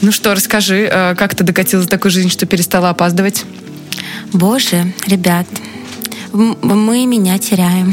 Ну что, расскажи, как ты докатилась до такой жизни, что перестала опаздывать? Боже, ребят, мы меня теряем.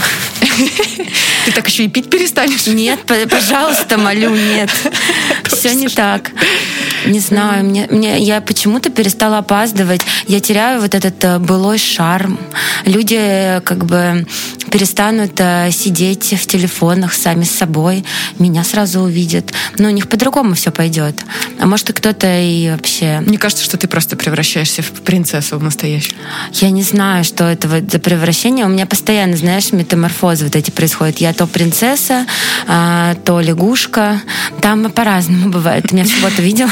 Ты так еще и пить перестанешь? Нет, пожалуйста, молю, нет. Все не так. Не знаю, я почему-то перестала опаздывать. Я теряю вот этот былой шарм. Люди как бы перестанут сидеть в телефонах сами с собой. Меня сразу увидят. Но у них по-другому все пойдет. А может, и кто-то и вообще... Мне кажется, что ты просто превращаешься в принцессу в настоящую. Я не знаю, что это вот за превращение. У меня постоянно, знаешь, метаморфозы вот эти происходят. Я то принцесса, то лягушка. Там по-разному бывает. Ты меня в субботу видел?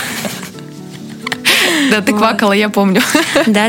Да, ты квакала, я помню. Да.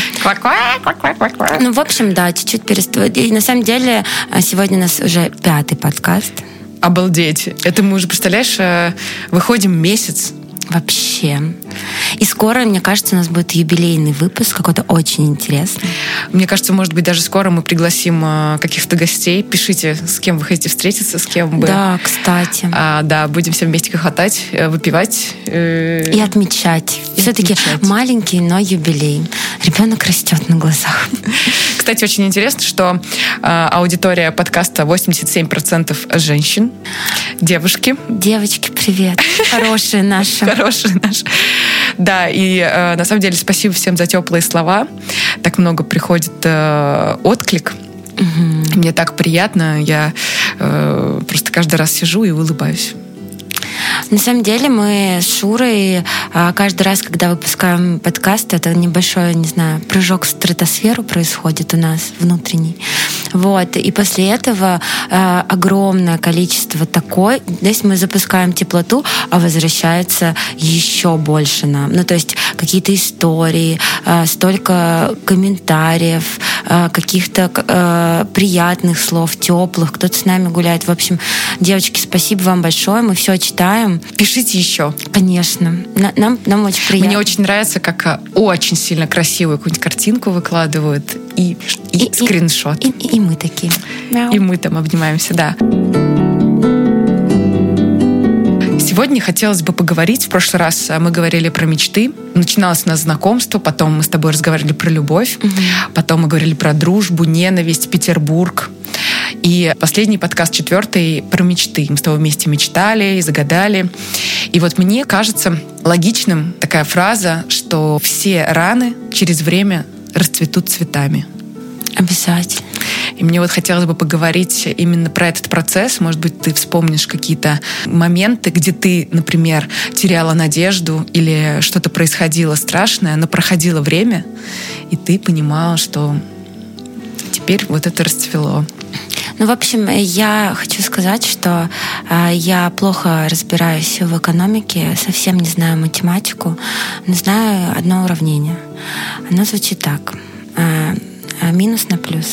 Квак-квак. Ну, в общем, да, чуть-чуть перестала. И на самом деле сегодня у нас уже 5-й подкаст. Обалдеть. Это мы уже, представляешь, выходим месяц. Вообще. И скоро, мне кажется, у нас будет юбилейный выпуск, какой-то очень интересный. Мне кажется, может быть, даже скоро мы пригласим каких-то гостей. Пишите, с кем вы хотите встретиться, с кем бы. Да, кстати. Да, будем все вместе хохотать, выпивать. И отмечать. Все-таки маленький, но юбилей. Ребенок растет на глазах. Кстати, очень интересно, что аудитория подкаста 87% женщин, девушки. Девочки, привет. Хорошие наши. Хорошие наши. Да, и на самом деле спасибо всем за теплые слова. Так много приходит отклик. Угу. Мне так приятно. Я просто каждый раз сижу и улыбаюсь. На самом деле мы с Шурой каждый раз, когда выпускаем подкаст, это небольшой, не знаю, прыжок в стратосферу происходит у нас внутренний. Вот. И после этого огромное количество такой. Здесь мы запускаем теплоту, а возвращается еще больше нам. Ну, то есть какие-то истории, столько комментариев, каких-то приятных слов, теплых. Кто-то с нами гуляет. В общем, девочки, спасибо вам большое. Мы все читаем. Пишите еще. Конечно. Нам очень приятно. Мне очень нравится, как очень сильно красивую какую-нибудь картинку выкладывают и скриншот. И мы такие. И мы там обнимаемся, да. Сегодня хотелось бы поговорить. В прошлый раз мы говорили про мечты. Начиналось у нас знакомство, потом мы с тобой разговаривали про любовь, потом мы говорили про дружбу, ненависть, Петербург. И последний подкаст, 4-й, про мечты. Мы с тобой вместе мечтали и загадали. И вот мне кажется логичным такая фраза, что все раны через время расцветут цветами. Обязательно. И мне вот хотелось бы поговорить именно про этот процесс. Может быть, ты вспомнишь какие-то моменты, где ты, например, теряла надежду или что-то происходило страшное, но проходило время, и ты понимала, что теперь вот это расцвело. Ну, в общем, я хочу сказать, что я плохо разбираюсь в экономике, совсем не знаю математику, но знаю одно уравнение. Оно звучит так. Минус на плюс.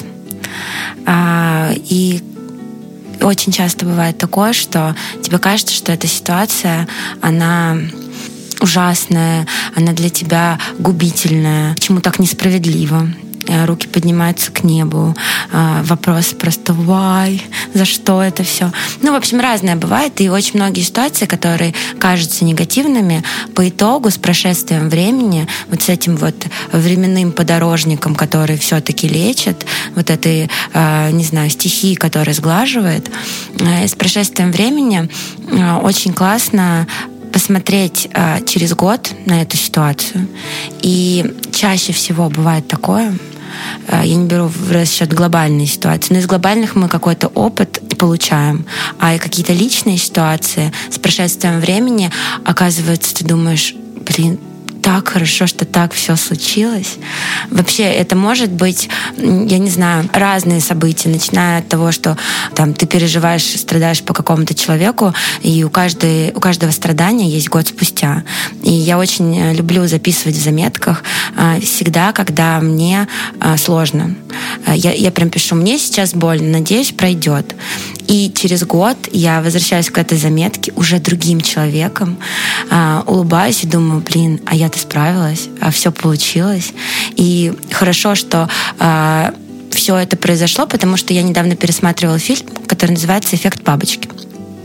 И очень часто бывает такое, что тебе кажется, что эта ситуация, она ужасная, она для тебя губительная, почему так несправедливо. Руки поднимаются к небу. Вопрос просто «why?», «за что это все?». Ну, в общем, разное бывает. И очень многие ситуации, которые кажутся негативными, по итогу с прошествием времени, вот с этим вот временным подорожником, который все-таки лечит, вот этой, не знаю, стихии, которая сглаживает, с прошествием времени очень классно посмотреть через год на эту ситуацию. И чаще всего бывает такое, я не беру в расчет глобальные ситуации, но из глобальных мы какой-то опыт получаем, а и какие-то личные ситуации с прошествием времени, оказывается, ты думаешь, блин, так хорошо, что так все случилось. Вообще, это может быть, я не знаю, разные события, начиная от того, что там ты переживаешь, страдаешь по какому-то человеку, и у каждого страдания есть год спустя. И я очень люблю записывать в заметках всегда, когда мне сложно. Я прям пишу, мне сейчас больно, надеюсь, пройдет. И через год я возвращаюсь к этой заметке уже другим человеком, улыбаюсь и думаю, блин, а я-то справилась, а все получилось. И хорошо, что все это произошло, потому что я недавно пересматривала фильм, который называется «Эффект бабочки».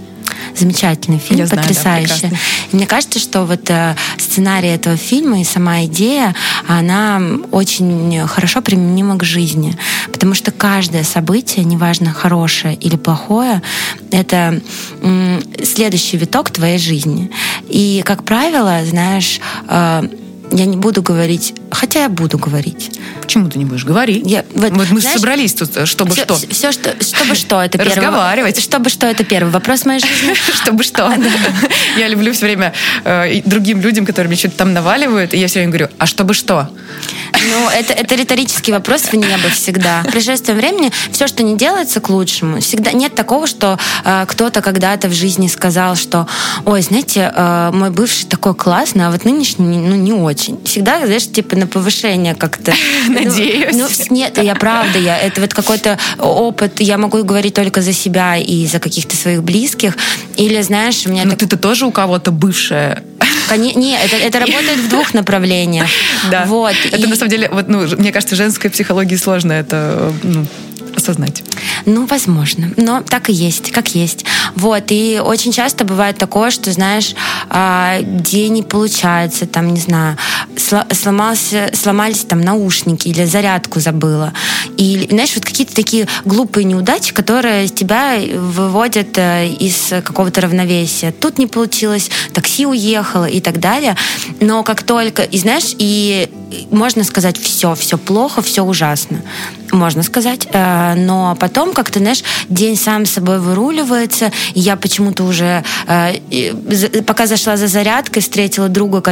Замечательный фильм, потрясающий. Да, мне кажется, что вот сценарий этого фильма и сама идея, она очень хорошо применима к жизни. Потому что каждое событие, неважно, хорошее или плохое, это следующий виток твоей жизни. И, как правило, знаешь, я не буду говорить, хотя я буду говорить. Почему ты не будешь говорить? Вот мы знаешь, собрались тут, чтобы что? Чтобы что, это первый. Разговаривать. Чтобы что, это первый вопрос в моей жизни. Чтобы что. Я люблю все время другим людям, которые мне что-то там наваливают, и я все время говорю, а чтобы что? Ну, это риторический вопрос в небо всегда. При прошествии времени все, что не делается, к лучшему. Всегда нет такого, что кто-то когда-то в жизни сказал, что, ой, знаете, мой бывший такой классный, а вот нынешний, не очень. Всегда, знаешь, типа на повышение как-то. Надеюсь. Нет, это вот какой-то опыт, я могу говорить только за себя и за каких-то своих близких. Или, знаешь, у меня... Но ты-то тоже у кого-то бывшая. Нет, это работает в двух направлениях. Да. Вот. Это на самом деле, мне кажется, женской психологии сложно это осознать. Возможно. Но так и есть, как есть. Вот. И очень часто бывает такое, что, знаешь, день не получается, там, не знаю, сломались там наушники или зарядку забыла. И, знаешь, вот какие-то такие глупые неудачи, которые тебя выводят из какого-то равновесия. Тут не получилось, такси уехало и так далее. Но как только, и знаешь, и можно сказать все плохо, все ужасно. Можно сказать, но потом как-то, знаешь, день сам собой выруливается, и я почему-то уже, пока зашла за зарядкой, встретила друга,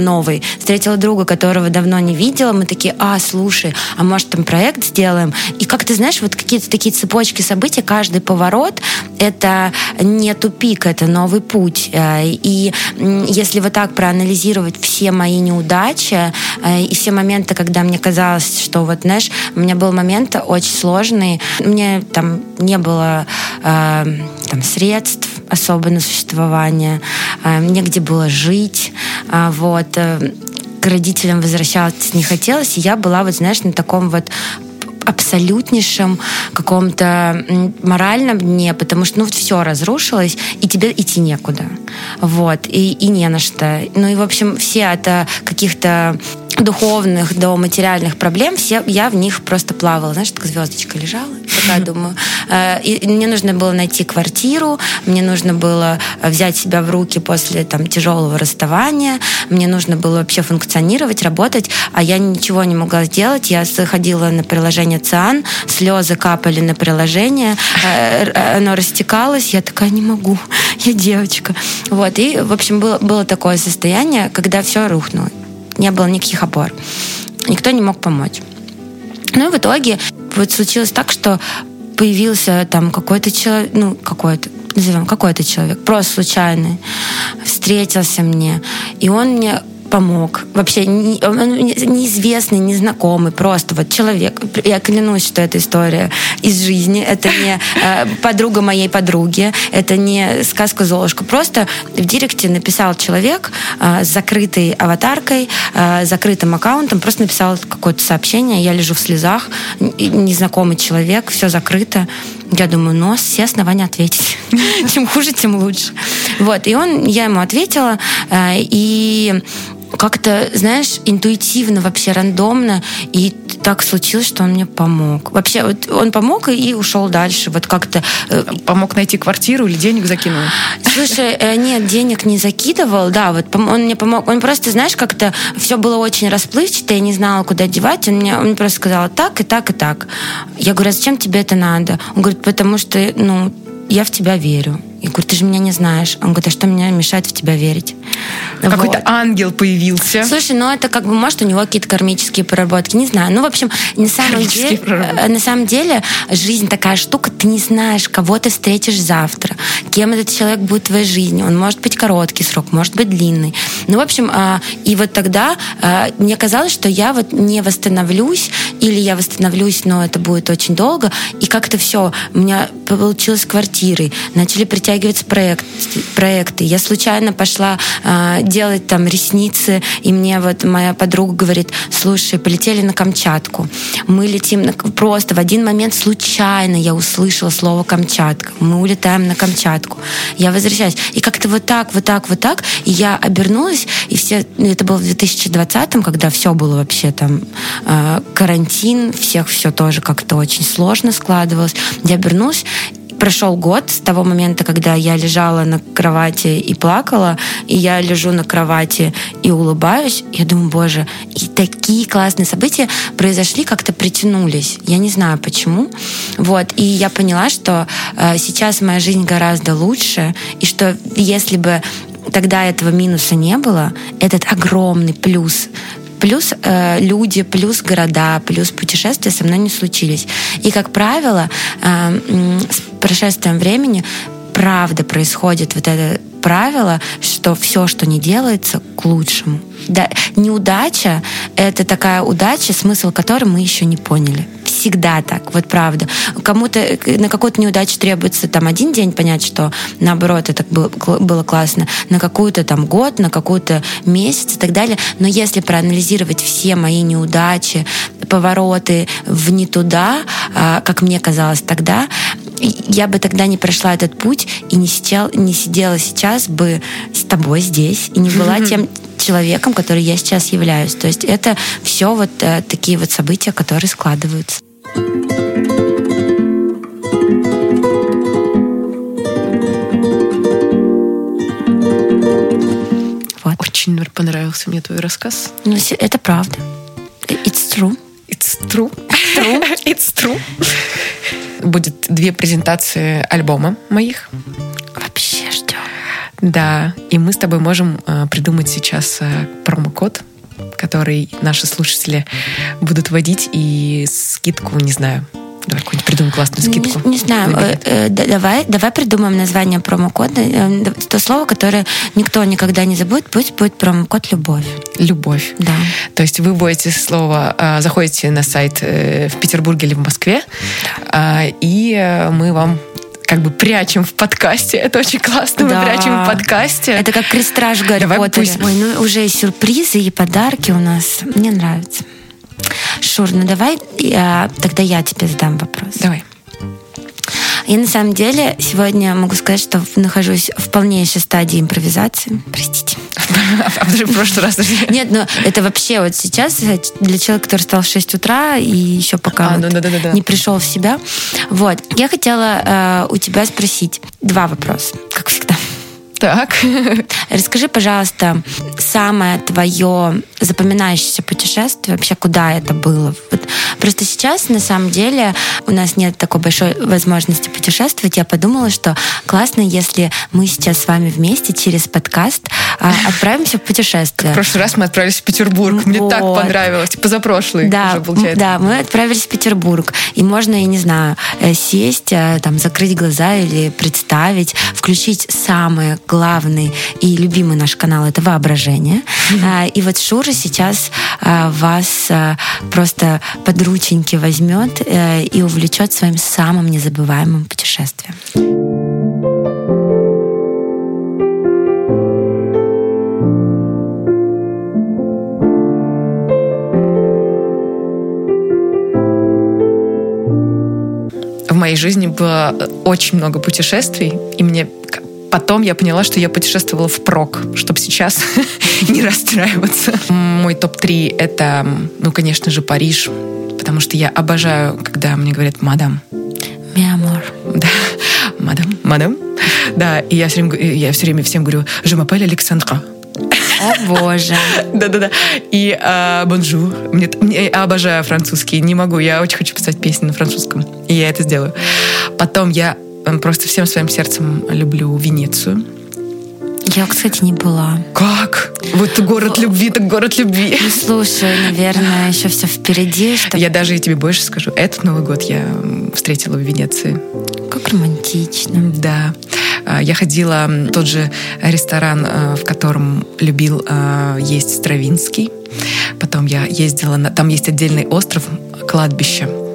которого давно не видела, мы такие, слушай, а может там проект сделаем? И как-то, знаешь, вот какие-то такие цепочки событий, каждый поворот — это не тупик, это новый путь. И если вот так проанализировать все мои неудачи и все моменты, когда мне казалось, что вот, знаешь, у меня был момент очень сложный, мне там не было там средств особо на существование, негде было жить, к родителям возвращаться не хотелось, и я была, вот знаешь, на таком вот абсолютнейшем каком-то моральном дне, потому что все разрушилось, и тебе идти некуда. И не на что. И, в общем, все от каких-то духовных до материальных проблем, я в них просто плавала. Знаешь, такая звездочка лежала, такая, думаю. И мне нужно было найти квартиру, мне нужно было взять себя в руки после тяжелого расставания, мне нужно было вообще функционировать, работать, а я ничего не могла сделать. Я заходила на приложение ЦИАН, слезы капали на приложение, оно растекалось, я такая, не могу, я девочка. И, в общем, было такое состояние, когда все рухнуло. Не было никаких опор. Никто не мог помочь. И в итоге случилось так, что появился там какой-то человек, какой-то человек, просто случайный, встретился мне, и он мне помог. Вообще неизвестный, незнакомый, просто человек. Я клянусь, что эта история из жизни. Это не подруга моей подруги, это не сказка Золушка. Просто в директе написал человек с закрытой аватаркой, закрытым аккаунтом, просто написал какое-то сообщение, я лежу в слезах, незнакомый человек, все закрыто. Я думаю, все основания ответить. Чем хуже, тем лучше. Я ему ответила, и как-то, знаешь, интуитивно, вообще рандомно, и так случилось, что он мне помог. Вообще, он помог и ушел дальше. Как-то... Помог найти квартиру или денег закинул? Слушай, нет, денег не закидывал, да, он мне помог. Он просто, знаешь, как-то все было очень расплывчато, я не знала, куда девать. Он мне просто сказал так и так и так. Я говорю, а зачем тебе это надо? Он говорит, потому что, я в тебя верю. Я говорю, ты же меня не знаешь. Он говорит, а что мне мешает в тебя верить? Какой-то ангел появился. Слушай, это может у него какие-то кармические проработки, не знаю. В общем, на самом деле жизнь такая штука, ты не знаешь, кого ты встретишь завтра, кем этот человек будет в твоей жизни. Он может быть короткий срок, может быть длинный. В общем, и тогда мне казалось, что я не восстановлюсь, или я восстановлюсь, но это будет очень долго. И как-то все, у меня получилось с квартирой, начали прийти подтягиваются проекты. Я случайно пошла делать там ресницы, и мне вот моя подруга говорит: слушай, полетели на Камчатку. Мы летим просто в один момент случайно я услышала слово Камчатка. Мы улетаем на Камчатку. Я возвращаюсь. И как-то вот так. И я обернулась, и все... Это было в 2020-м, когда все было вообще там карантин, всех все тоже как-то очень сложно складывалось. Я обернулась. Прошел год с того момента, когда я лежала на кровати и плакала, и я лежу на кровати и улыбаюсь. Я думаю, боже, и такие классные события произошли, как-то притянулись. Я не знаю почему. Вот. И я поняла, что сейчас моя жизнь гораздо лучше, и что если бы тогда этого минуса не было, этот огромный плюс люди, плюс города, плюс путешествия со мной не случились. И, как правило, с прошествием времени правда происходит вот это правило, что все, что не делается, к лучшему. Да, неудача — это такая удача, смысл которой мы еще не поняли. Всегда так, вот правда. Кому-то на какую-то неудачу требуется там один день понять, что наоборот это было классно, на какую-то там год, на какой-то месяц и так далее. Но если проанализировать все мои неудачи, повороты в не туда, как мне казалось тогда, я бы тогда не прошла этот путь и не сидела сейчас бы с тобой здесь и не была тем человеком, который я сейчас являюсь. То есть это все вот такие вот события, которые складываются. Вот. Очень понравился мне твой рассказ. Ну, это правда. It's true. It's true. It's true. Будет 2 презентации альбома моих. Вообще ждем. Да, и мы с тобой можем придумать сейчас промокод, который наши слушатели будут вводить, и скидку, не знаю, давай какую-нибудь придумаем классную скидку. Не знаю, давай придумаем название промокода, то слово, которое никто никогда не забудет, пусть будет промокод «Любовь». Любовь. Да. То есть вы вводите слово, заходите на сайт в Петербурге или в Москве, и мы вам как бы прячем в подкасте. Это очень классно. Да. Мы прячем в подкасте. Это как крестраж в Гарри Поттере. Ой, ну уже и сюрпризы, и подарки у нас. Мне нравится. Шур, ну давай тогда я тебе задам вопрос. Давай. Я на самом деле сегодня могу сказать, что нахожусь в полнейшей стадии импровизации. Простите. А в прошлый раз... Нет, ну это вообще вот сейчас для человека, который встал в 6 утра и еще пока не пришел в себя. Вот. Я хотела у тебя спросить 2 вопроса, как всегда. Так. Расскажи, пожалуйста, самое твое запоминающееся путешествие, вообще куда это было? Вот просто сейчас, на самом деле, у нас нет такой большой возможности путешествовать. Я подумала, что классно, если мы сейчас с вами вместе через подкаст отправимся в путешествие. В прошлый раз мы отправились в Петербург. Мне так понравилось. Позапрошлый уже, получается. Да, мы отправились в Петербург. И можно, я не знаю, сесть, там, закрыть глаза или представить, включить самое главный и любимый наш канал — это воображение. И вот Шура сейчас вас просто под рученьки возьмет и увлечет своим самым незабываемым путешествием. В моей жизни было очень много путешествий, и потом я поняла, что я путешествовала впрок, чтобы сейчас не расстраиваться. Мой топ-3 — это, ну, конечно же, Париж, потому что я обожаю, когда мне говорят «мадам». «Mi amor». Да, «мадам». Да, и я все время всем говорю «Je m'appelle Alexandra». О, боже. Да-да-да. И «бонжур». Я обожаю французский, не могу, я очень хочу писать песни на французском, и я это сделаю. Потом я просто всем своим сердцем люблю Венецию. Я, кстати, не была. Как? Вот город любви, так город любви. Ну, слушай, наверное, еще все впереди. Я даже и тебе больше скажу. Этот Новый год я встретила в Венеции. Как романтично. Да. Я ходила в тот же ресторан, в котором любил есть Стравинский. Потом я ездила там есть отдельный остров, кладбище.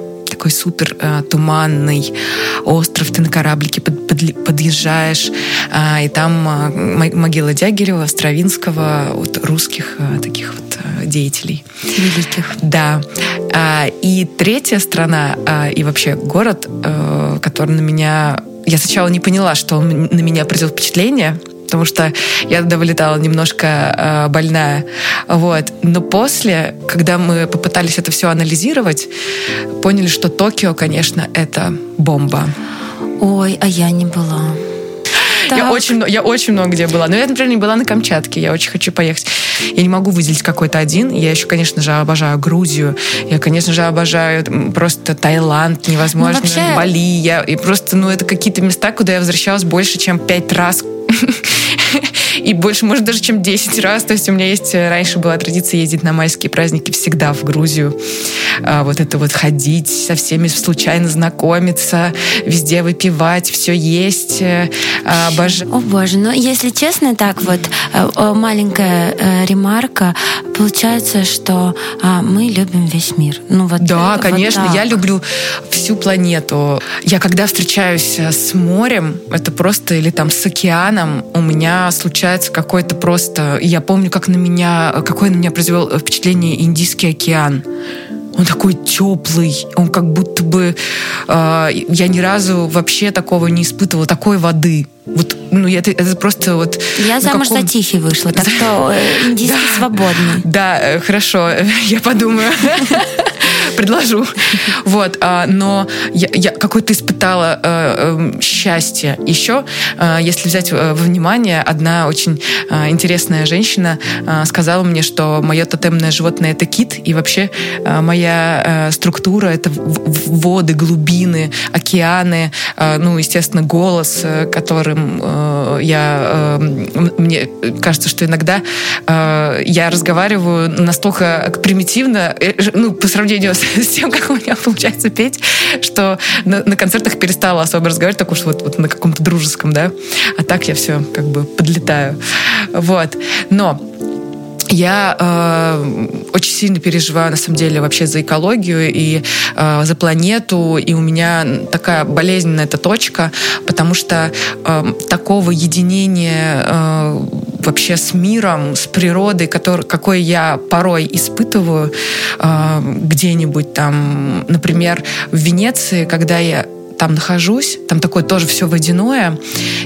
такой супер туманный остров, ты на кораблике подъезжаешь, и там могила Дягилева, Стравинского, вот, русских таких вот деятелей. Великих. Да. И третья страна, и вообще город, который на меня... Я сначала не поняла, что он на меня произвел впечатление, потому что я туда вылетала немножко больная. Вот. Но после, когда мы попытались это все анализировать, поняли, что Токио, конечно, это бомба. Ой, а я не была. Я очень много где была. Но я, например, не была на Камчатке. Я очень хочу поехать. Я не могу выделить какой-то один. Я еще, конечно же, обожаю Грузию. Я, конечно же, обожаю просто Таиланд. Невозможно. Вообще... Бали. И просто, это какие-то места, куда я возвращалась больше, чем 5 раз. И больше, может, даже чем 10 раз. То есть у меня раньше была традиция ездить на майские праздники всегда в Грузию. Вот это вот ходить, со всеми случайно знакомиться, везде выпивать, все есть. О боже, если честно, так вот, маленькая ремарка. Получается, что мы любим весь мир. Да, конечно, я люблю всю планету. Я когда встречаюсь с морем, это просто, или там с океаном, у меня случается какой-то просто... Я помню, какое на меня произвел впечатление Индийский океан. Он такой теплый, он как будто бы... я ни разу вообще такого не испытывала, такой воды. Вот, это просто вот... Я замуж за Тихий вышла, так что индийский свободный. Да, хорошо, я подумаю. Предложу. Вот, но я какое-то испытала счастье. Еще, если взять во внимание, одна очень интересная женщина сказала мне, что мое тотемное животное — это кит, и вообще моя структура — это воды, глубины, океаны, естественно, голос, которым мне кажется, что иногда я разговариваю настолько примитивно, по сравнению с тем, как у меня получается петь, что на концертах перестала особо разговаривать, так уж вот на каком-то дружеском, да, а так я все как бы подлетаю. Вот. Но я очень сильно переживаю, на самом деле, вообще за экологию и за планету, и у меня такая болезненная эта точка, потому что такого единения вообще с миром, с природой, какое я порой испытываю где-нибудь там, например, в Венеции, когда я там нахожусь, там такое тоже все водяное,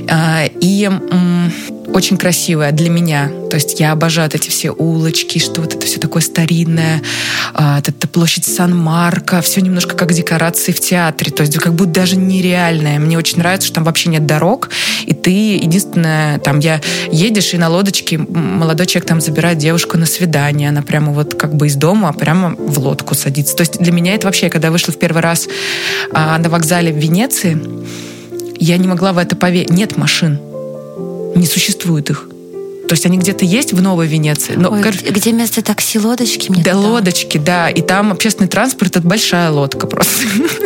и очень красивое для меня. То есть я обожаю эти все улочки, что вот это все такое старинное, это площадь Сан-Марко, все немножко как декорации в театре, то есть как будто даже нереальное. Мне очень нравится, что там вообще нет дорог, и ты единственное, там едешь, и на лодочке молодой человек там забирает девушку на свидание, она прямо вот как бы из дома прямо в лодку садится. То есть для меня это вообще, когда вышла в первый раз на вокзале в Венеции, я не могла в это поверить. Нет машин. Не существует их. То есть они где-то есть в Новой Венеции. Но, где вместо такси лодочки? Да, лодочки, да. И там общественный транспорт — это большая лодка просто.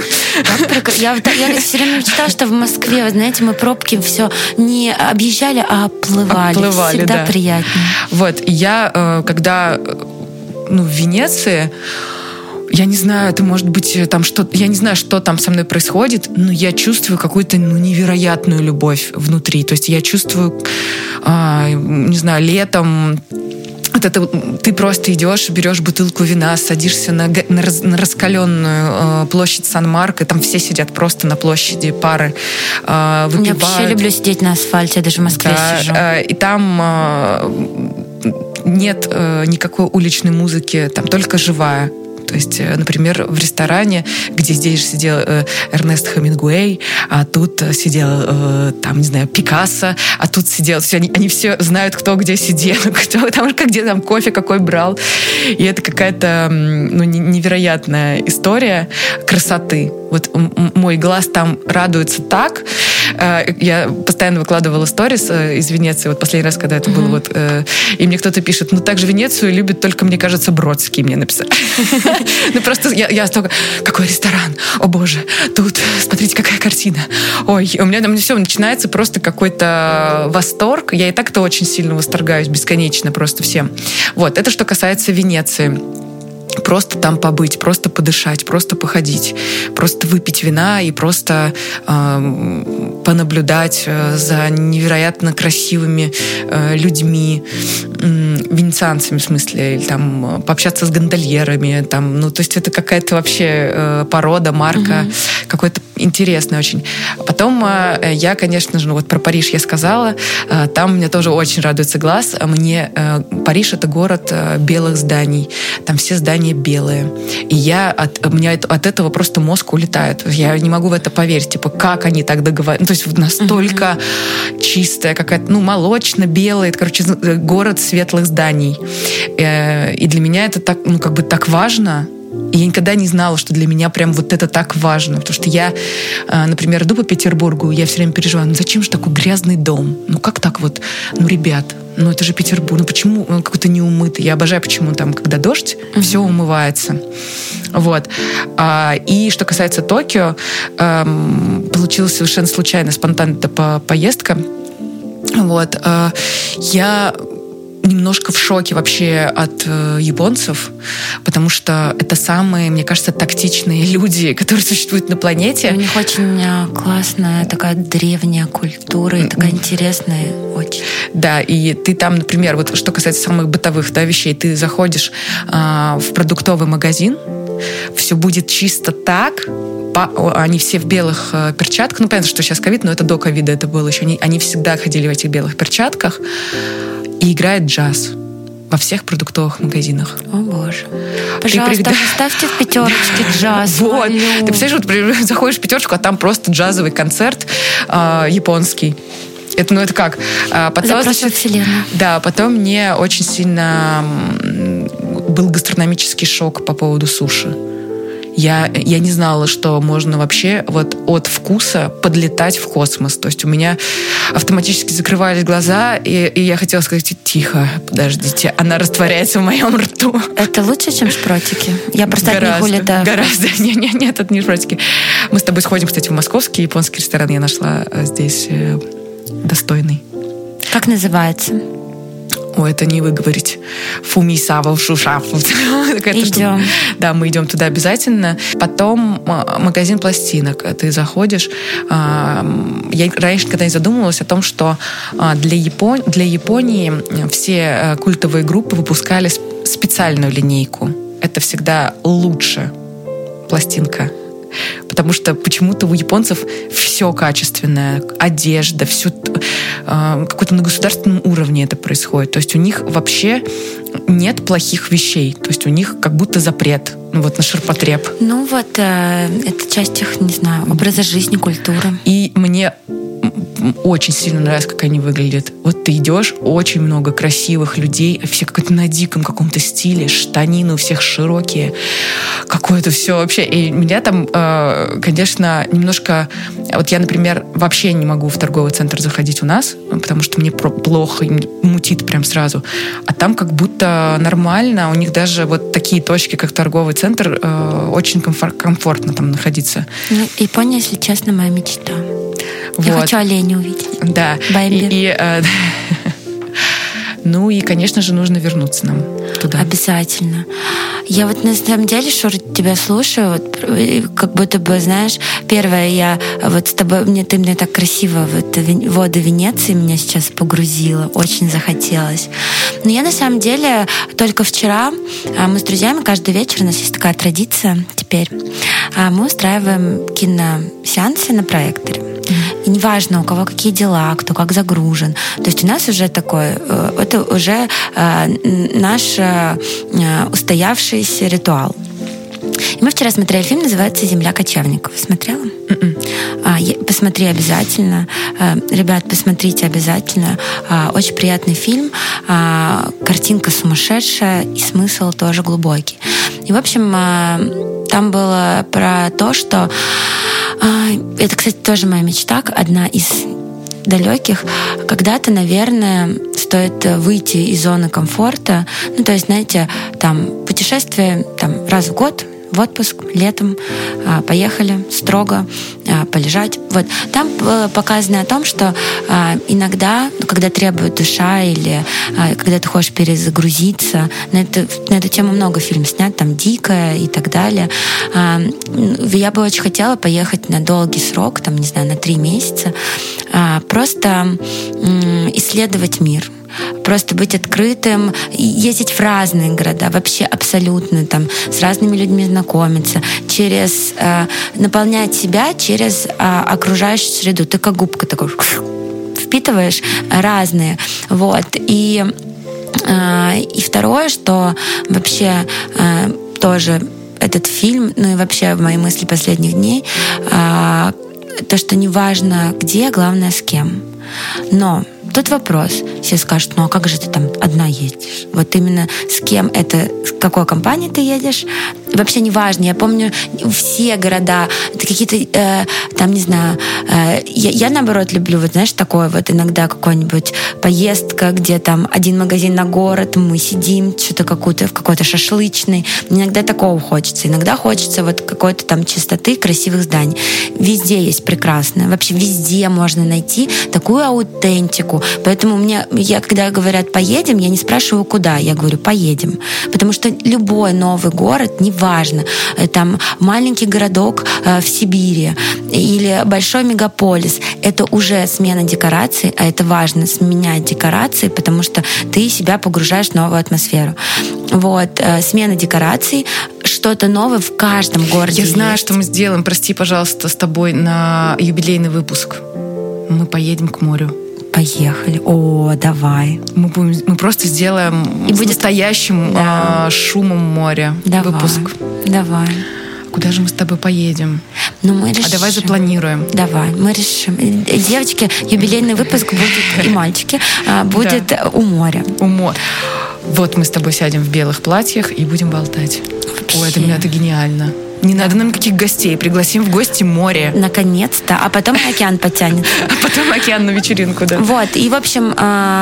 Я все время мечтала, что в Москве, вы знаете, мы пробки все не объезжали, а оплывали. Всегда приятнее. Вот. Я, когда в Венеции... Я не знаю, это может быть там что-то... Я не знаю, что там со мной происходит, но я чувствую какую-то невероятную любовь внутри. То есть я чувствую, не знаю, летом... Вот это, ты просто идешь, берешь бутылку вина, садишься на раскаленную площадь Сан-Марко, там все сидят просто на площади, пары выпивают. Я вообще люблю сидеть на асфальте, я даже в Москве сижу. И там нет никакой уличной музыки, там только живая. То есть, например, в ресторане, где здесь сидел Эрнест Хемингуэй, а тут сидел, там, не знаю, Пикассо, а тут сидел... Они все знают, кто где сидел, кто там, где там кофе какой брал. И это какая-то невероятная история красоты. Вот мой глаз там радуется так. Я постоянно выкладывала сторис из Венеции, вот последний раз, когда это было, вот, и мне кто-то пишет, так же Венецию любит только, мне кажется, Бродский, мне написали. Просто я столько, какой ресторан, о боже, тут, смотрите, какая картина. Ой, у меня там все начинается просто какой-то восторг. Я и так-то очень сильно восторгаюсь, бесконечно просто всем. Вот, это что касается Венеции. просто там побыть, просто подышать, просто походить, просто выпить вина и просто понаблюдать за невероятно красивыми людьми, венецианцами, в смысле, или там пообщаться с гондольерами, там, ну, то есть это какая-то вообще порода, марка, какой-то интересный очень. Потом я, конечно же, ну вот про Париж я сказала, там мне тоже очень радуется глаз. Мне Париж — это город белых зданий, там все здания белые. И у меня от этого просто мозг улетает. Я не могу в это поверить. Типа, как они так договариваются? Ну, то есть настолько чистая какая-то, ну, молочно-белая, короче, город светлых зданий. И для меня это так, ну, как бы так важно. И я никогда не знала, что для меня прям вот это так важно. Потому что я, например, иду по Петербургу, я все время переживаю, ну зачем же такой грязный дом? Ну как так вот? Ну, ребят, ну это же Петербург, ну почему он какой-то неумытый? Я обожаю, почему там, когда дождь, все умывается. Вот. И что касается Токио, получилась совершенно случайно, спонтанная поездка. Вот. Я немножко в шоке вообще от японцев, потому что это самые, мне кажется, тактичные люди, которые существуют на планете. У них очень классная такая древняя культура и такая интересная очень. Да, и ты там, например, вот что касается самых бытовых, да, вещей, ты заходишь в продуктовый магазин, все будет чисто так, они все в белых перчатках. Ну, понятно, что сейчас ковид, но это до ковида это было еще. Они всегда ходили в этих белых перчатках. И играет джаз во всех продуктовых магазинах. О, боже. Пожалуйста, ставьте в пятерочке джаз. Вот. Ты представляешь, вот заходишь в пятерочку, а там просто джазовый концерт японский. Это, ну, это как? Потом, значит, вселенную. Да, потом мне очень сильно был гастрономический шок по поводу суши. Я не знала, что можно вообще вот от вкуса подлетать в космос. То есть у меня автоматически закрывались глаза, и я хотела сказать: тихо, подождите, она растворяется в моем рту. Это лучше, чем шпротики? Я просто от них улетаю. Гораздо. Нет, это не шпротики. Мы с тобой сходим, кстати, в московский японский ресторан. Я нашла здесь достойный. Как называется? Ой, это не выговорить. Фумисава Шушаф. Идем. Да, мы идем туда обязательно. Потом магазин пластинок. Ты заходишь. Я раньше никогда не задумывалась о том, что для Японии все культовые группы выпускали специальную линейку. Это всегда лучше пластинка. Потому что почему-то у японцев все качественное, одежда, все какой-то на государственном уровне это происходит. То есть у них вообще нет плохих вещей. То есть у них как будто запрет, ну вот, на ширпотреб. Ну вот, это часть их, не знаю, образа жизни, культуры. И мне очень сильно нравится, как они выглядят. Вот ты идешь, очень много красивых людей, все как-то на диком каком-то стиле, штанины у всех широкие, какое-то все вообще. И меня там, конечно, немножко... Вот я, например, вообще не могу в торговый центр заходить у нас, потому что мне плохо, мутит прям сразу. А там как будто нормально. У них даже вот такие точки, как торговый центр, очень комфортно там находиться. Ну, Япония, если честно, моя мечта. Я хочу оленя увидеть. Да. Бэмби. Ну и, конечно же, нужно вернуться нам туда. Обязательно. Я вот на самом деле, Шура, тебя слушаю, вот, как будто бы, знаешь, первое, я вот с тобой, ты мне так красиво вот воды Венеции меня сейчас погрузила, очень захотелось. Но я на самом деле только вчера, мы с друзьями каждый вечер, у нас есть такая традиция теперь, мы устраиваем киносеансы на проекторе. И неважно, у кого какие дела, кто как загружен. То есть у нас уже такой, это уже наш устоявшийся ритуал. И мы вчера смотрели фильм, называется «Земля кочевников». Смотрела? Посмотри обязательно. Ребят, посмотрите обязательно. Очень приятный фильм. Картинка сумасшедшая и смысл тоже глубокий. И, в общем, там было про то, что... Это, кстати, тоже моя мечта, одна из далеких. Когда-то, наверное, стоит выйти из зоны комфорта. Ну, то есть, знаете, там путешествие там, раз в год в отпуск летом, поехали строго полежать. Вот. Там показано о том, что иногда, когда требует душа или когда ты хочешь перезагрузиться, на эту тему много фильмов снят, там «Дикая» и так далее. Я бы очень хотела поехать на долгий срок, там, не знаю, на 3 месяца, просто исследовать мир. Просто быть открытым, ездить в разные города, вообще абсолютно там с разными людьми знакомиться, наполнять себя через окружающую среду. Ты как губка такой впитываешь разные. Вот. И второе, что вообще тоже этот фильм, ну и вообще мои мысли последних дней, то, что не важно где, главное с кем. Но тут вопрос. Все скажут, ну а как же ты там одна едешь? Вот именно с кем это, с какой компанией ты едешь? Вообще не важно. Я помню все города, это какие-то, там, не знаю, я наоборот люблю, вот знаешь, такое вот иногда какой-нибудь поездка, где там один магазин на город, мы сидим, что-то в какой-то шашлычный. Иногда такого хочется. Иногда хочется вот какой-то там чистоты, красивых зданий. Везде есть прекрасное. Вообще везде можно найти такую аутентику. Поэтому когда говорят «поедем», я не спрашиваю «куда», я говорю «поедем». Потому что любой новый город, неважно, там маленький городок в Сибири или большой мегаполис, это уже смена декораций, а это важно, сменять декорации, потому что ты себя погружаешь в новую атмосферу. Вот, смена декораций, что-то новое в каждом городе. Я знаю, что мы сделаем, прости, пожалуйста, с тобой на юбилейный выпуск. Мы поедем к морю. Поехали. О, давай. Мы просто сделаем и будет настоящим шумом моря выпуск. Давай. Куда же мы с тобой поедем? Ну, мы решим. А давай запланируем. Давай, мы решим. Девочки, юбилейный выпуск будет, и мальчики, будет у моря. Вот мы с тобой сядем в белых платьях и будем болтать. Вообще. Ой, это гениально. Не надо нам никаких гостей. Пригласим в гости море. Наконец-то. А потом океан подтянет. А потом океан на вечеринку, да. Вот. И, в общем,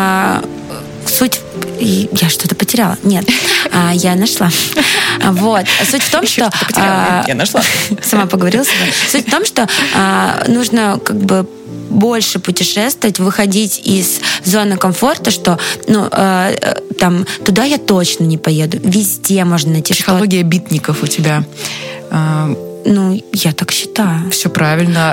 суть... Я что-то потеряла. Нет, я нашла. Вот. Суть в том, что... Я нашла. Сама поговорила с тобой. Суть в том, что нужно как бы больше путешествовать, выходить из зоны комфорта, что там туда я точно не поеду. Везде можно найти что-то. Психология битников у тебя. Ну, я так считаю. Все правильно.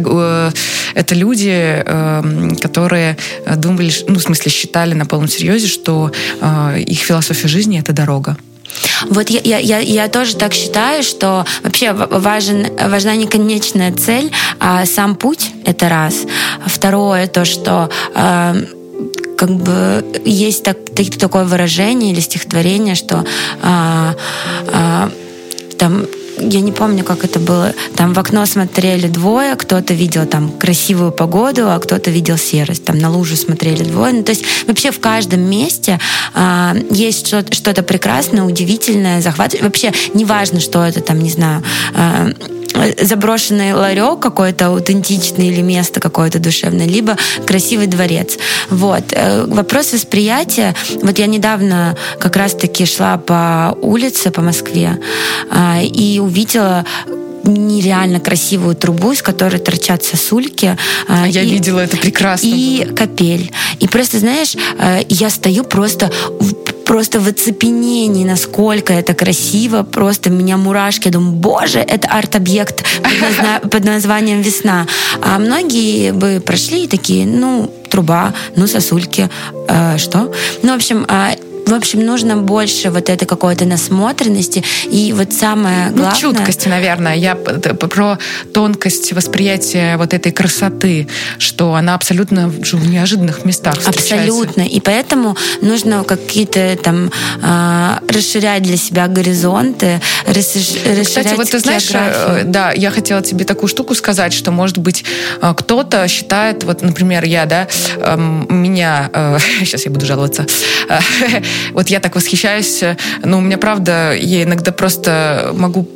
Это люди, которые думали, ну, в смысле, считали на полном серьезе, что их философия жизни — это дорога. Вот я тоже так считаю, что вообще важна не конечная цель, а сам путь — это раз. Второе, то, что как бы есть такое выражение или стихотворение, что там... Я не помню, как это было. Там в окно смотрели двое, кто-то видел там красивую погоду, а кто-то видел серость. Там на лужу смотрели двое. Ну, то есть вообще в каждом месте есть что-то прекрасное, удивительное, захватывающее. Вообще неважно, что это там, не знаю, заброшенный ларек какой-то аутентичный или место какое-то душевное, либо красивый дворец. Вот. Вопрос восприятия. Вот я недавно как раз-таки шла по улице, по Москве, и увидела нереально красивую трубу, из которой торчат сосульки. Я видела, это прекрасно. И капель. И просто, знаешь, я стою просто в оцепенении, насколько это красиво, просто у меня мурашки, я думаю, боже, это арт-объект под названием «Весна». А многие бы прошли и такие, ну, труба, ну, сосульки, что? Ну, в общем, нужно больше вот этой какой-то насмотренности. И вот самое главное... Ну, чуткости, наверное. Я про тонкость восприятия вот этой красоты, что она абсолютно в неожиданных местах встречается. Абсолютно. И поэтому нужно какие-то там расширять для себя горизонты, расширять. Кстати, вот ты знаешь, да, я хотела тебе такую штуку сказать, что, может быть, кто-то считает, вот, например, я, да, меня... Сейчас я буду жаловаться. Вот я так восхищаюсь, но у меня, правда, я иногда просто могу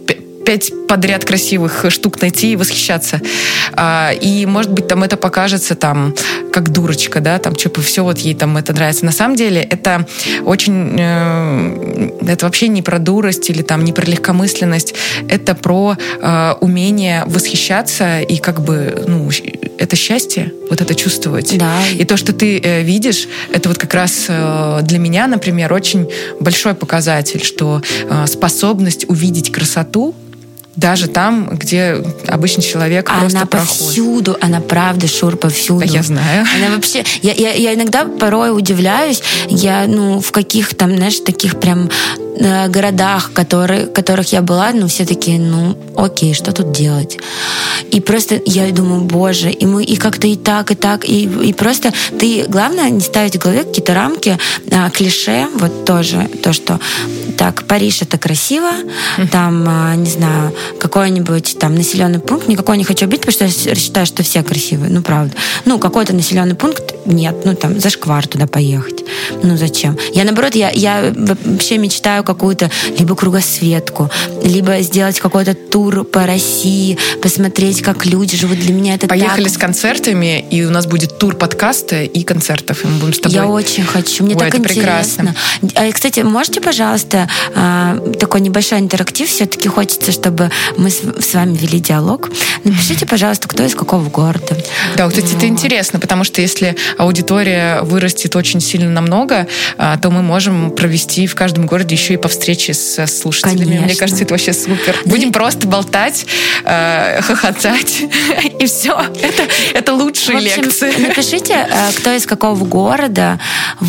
5 подряд красивых штук найти и восхищаться. И, может быть, там это покажется там как дурочка, да, там типа все вот ей там это нравится. На самом деле это очень... это вообще не про дурость или там не про легкомысленность. Это про умение восхищаться и как бы, ну, это счастье, вот это чувствовать. Да. И то, что ты видишь, это вот как раз для меня, например, очень большой показатель, что способность увидеть красоту даже там, где обычный человек просто проходит. Она повсюду, она правда, Шур, повсюду. Я знаю. Она вообще... Я иногда порой удивляюсь, в каких там, знаешь, таких прям городах, которых я была, все такие, окей, что тут делать? И просто я думаю, боже, и как-то и так, и просто главное не ставить в голове какие-то рамки, клише, вот тоже, то, что так, Париж — это красиво, там, не знаю, какой-нибудь там населенный пункт, никакой не хочу обидеть, потому что я считаю, что все красивые, правда. Какой-то населенный пункт, нет, там, зашквар туда поехать. Зачем? Я, наоборот, я вообще мечтаю какую-то либо кругосветку, либо сделать какой-то тур по России, посмотреть, как люди живут. Для меня это Поехали с концертами, и у нас будет тур подкаста и концертов, и мы будем с тобой... Я очень хочу, мне так интересно. Прекрасно. Кстати, можете, пожалуйста, такой небольшой интерактив, все-таки хочется, чтобы мы с вами вели диалог. Напишите, пожалуйста, кто из какого города. Да, кстати, это интересно, потому что если аудитория вырастет очень сильно намного, то мы можем провести в каждом городе еще и по встрече с слушателями. Конечно. Мне кажется, это вообще супер. Будем просто болтать, хохотать, и все. Это лучшие лекции. Напишите, кто из какого города,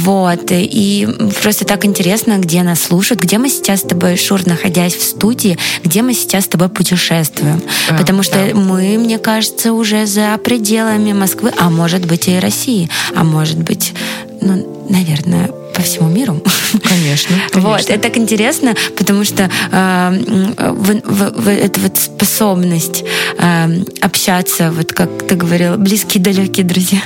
и просто так интересно, где нас слушают, где мы сейчас с тобой, Шур, находясь в студии, где мы сейчас с тобой путешествуем. Потому что мы, мне кажется, уже за пределами Москвы, а может быть и России, а может быть, наверное, по всему миру. Конечно. Это так интересно, потому что эта вот способность общаться, вот как ты говорила, близкие, далекие друзья.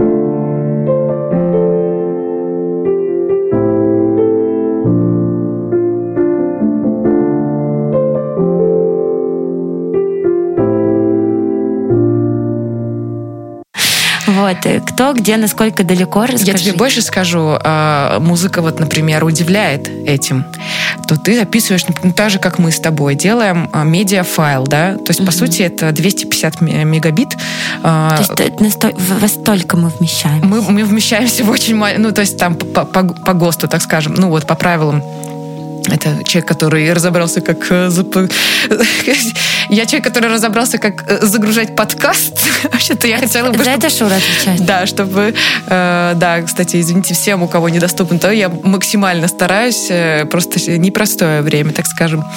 Кто, где, насколько далеко, расскажи. Я тебе больше скажу. Музыка, например, удивляет этим. То ты описываешь, так же, как мы с тобой, делаем медиафайл, да? То есть, по сути, это 250 мегабит. То есть во столько мы вмещаемся? Мы вмещаемся в очень маленький... то есть там по ГОСТу, так скажем, по правилам. Это человек, который разобрался, как... Я человек, который разобрался, как загружать подкаст. Вообще-то я хотела бы... За это Шура отвечает. Да, чтобы... Да, кстати, извините всем, у кого недоступен, то я максимально стараюсь. Просто непростое время, так скажем.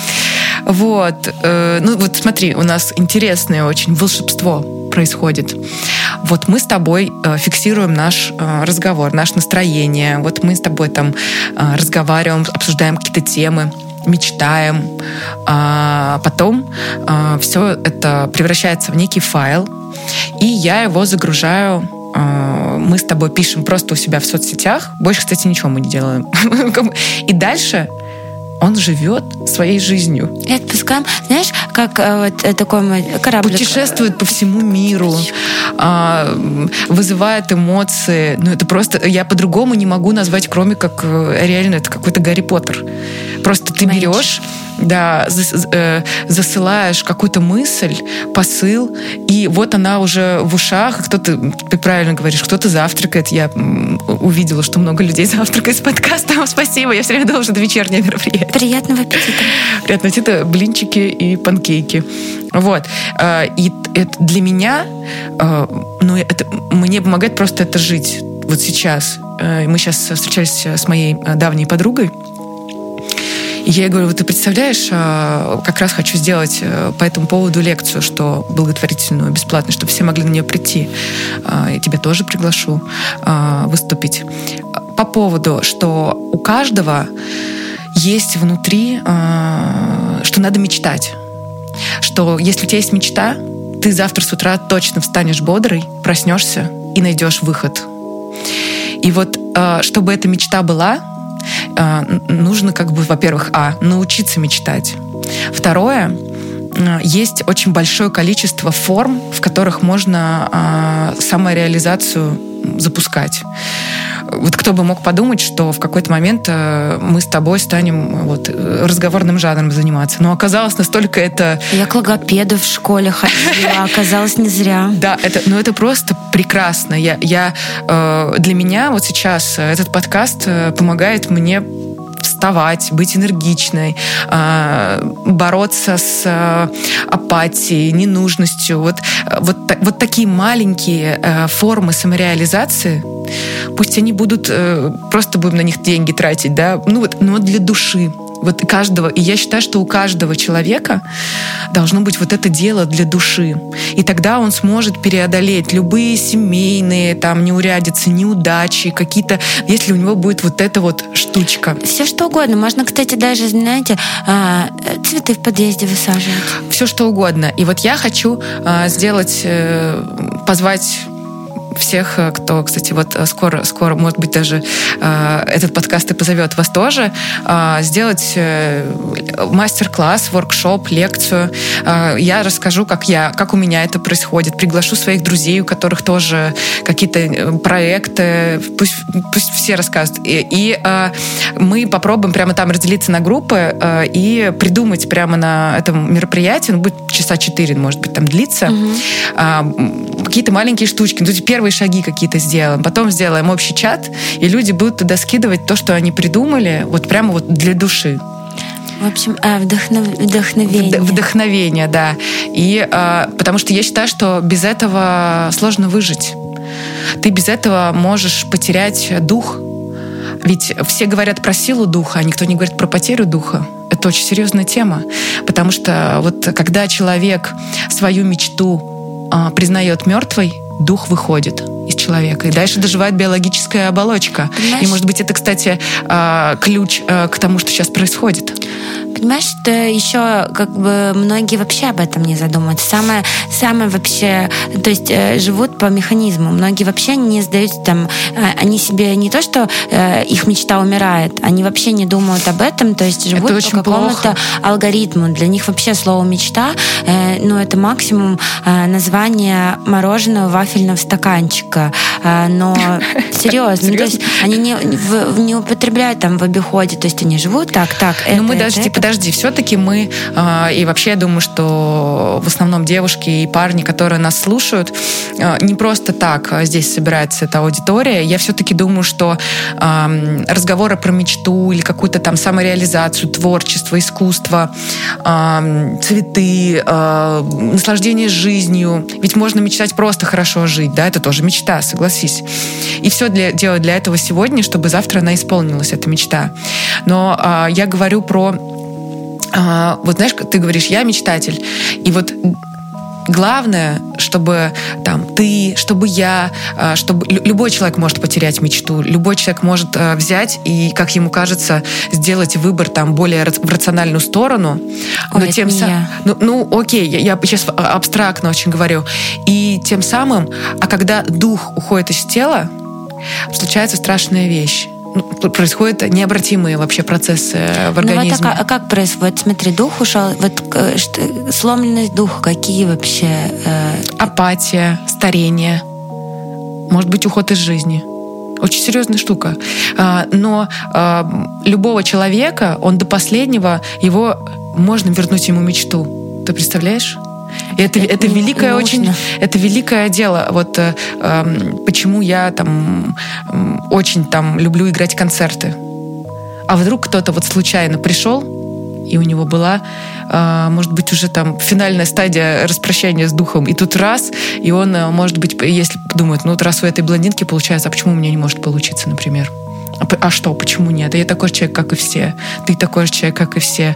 Смотри, у нас интересное очень волшебство происходит. Мы с тобой фиксируем наш разговор, наше настроение. Мы с тобой там разговариваем, обсуждаем какие-то темы, мечтаем. Потом все это превращается в некий файл, и я его загружаю. Мы с тобой пишем просто у себя в соцсетях. Больше, кстати, ничего мы не делаем. И дальше он живет своей жизнью. И отпускаем. Знаешь, как такой кораблик... Путешествует по всему миру, вызывает эмоции. Это просто... Я по-другому не могу назвать, кроме как реально это какой-то Гарри Поттер. Просто ты берешь, засылаешь какую-то мысль, посыл, и она уже в ушах. Ты правильно говоришь, кто-то завтракает. Я увидела, что много людей завтракает с подкастом. Спасибо, я все время думала, что это вечернее мероприятие. Приятного аппетита. Приятного аппетита, блинчики и панкейки. И это для меня, мне помогает просто это жить. Сейчас. Мы сейчас встречались с моей давней подругой. И я ей говорю, ты представляешь, как раз хочу сделать по этому поводу лекцию, что благотворительную, бесплатную, чтобы все могли на нее прийти. Я тебя тоже приглашу выступить. По поводу, что у каждого есть внутри, что надо мечтать. Что если у тебя есть мечта, ты завтра с утра точно встанешь бодрый, проснешься и найдешь выход. И чтобы эта мечта была, нужно, во-первых, научиться мечтать. Второе, есть очень большое количество форм, в которых можно самореализацию запускать. Вот кто бы мог подумать, что в какой-то момент мы с тобой станем разговорным жанром заниматься. Но оказалось, настолько это... Я к логопеду в школе ходила, оказалось, не зря. Да, это просто прекрасно. Для меня вот сейчас этот подкаст помогает мне вставать, быть энергичной, бороться с апатией, ненужностью. Вот такие маленькие формы самореализации, пусть они будут, просто будем на них деньги тратить, да, но для души. Вот каждого, и я считаю, что у каждого человека должно быть вот это дело для души. И тогда он сможет преодолеть любые семейные там неурядицы, неудачи, какие-то, если у него будет вот эта вот штучка. Все что угодно. Можно, кстати, даже, знаете, цветы в подъезде высаживать. Все что угодно. И вот я хочу позвать всех, кто, кстати, вот скоро, может быть, даже этот подкаст и позовет вас тоже, сделать мастер-класс, воркшоп, лекцию. Я расскажу, как у меня это происходит. Приглашу своих друзей, у которых тоже какие-то проекты. Пусть все рассказывают. И мы попробуем прямо там разделиться на группы и придумать прямо на этом мероприятии, будет часа 4, может быть, там длиться, какие-то маленькие штучки. Первые шаги какие-то сделаем, потом сделаем общий чат, и люди будут туда скидывать то, что они придумали, вот прямо вот для души. В общем, вдохновение. Вдохновение, да. И потому что я считаю, что без этого сложно выжить. Ты без этого можешь потерять дух. Ведь все говорят про силу духа, а никто не говорит про потерю духа. Это очень серьезная тема. Потому что вот когда человек свою мечту признает мертвой, дух выходит из человека. И дальше доживает биологическая оболочка. Понимаешь? И, может быть, это, кстати, ключ к тому, что сейчас происходит. Понимаешь, что еще многие вообще об этом не задумываются. Самое вообще, то есть живут по механизму. Многие вообще не сдают там, они себе не то, что их мечта умирает, они вообще не думают об этом, то есть живут по какому-то алгоритму. Для них вообще слово мечта, это максимум название мороженого вафельного стаканчика. Но серьезно, то есть они не употребляют там в обиходе, то есть они живут так. Подожди, все-таки мы, и вообще я думаю, что в основном девушки и парни, которые нас слушают, не просто так здесь собирается эта аудитория. Я все-таки думаю, что разговоры про мечту или какую-то там самореализацию, творчество, искусство, цветы, наслаждение жизнью. Ведь можно мечтать просто хорошо жить, да, это тоже мечта, согласись. И все делать для этого сегодня, чтобы завтра она исполнилась, эта мечта. Но я говорю про... Вот знаешь, ты говоришь, я мечтатель. И вот главное, чтобы ты, чтобы я, чтобы любой человек может потерять мечту, любой человек может взять и, как ему кажется, сделать выбор более в рациональную сторону. Но тем самым, окей, я сейчас абстрактно очень говорю. И тем самым, когда дух уходит из тела, случается страшная вещь. Происходят необратимые вообще процессы в организме. А как происходит? Смотри, дух ушел, сломленность духа, какие вообще? Апатия, старение, может быть, уход из жизни. Очень серьезная штука. Но любого человека, он до последнего, можно вернуть ему мечту. Ты представляешь? Это великое это великое дело. Вот почему я очень люблю играть концерты. А вдруг кто-то случайно пришел, и у него была, может быть, уже финальная стадия распрощания с духом. И тут раз, и он, может быть, если думает, раз у этой блондинки получается, а почему у меня не может получиться, например? А что, почему нет? Я такой же человек, как и все. Ты такой же человек, как и все.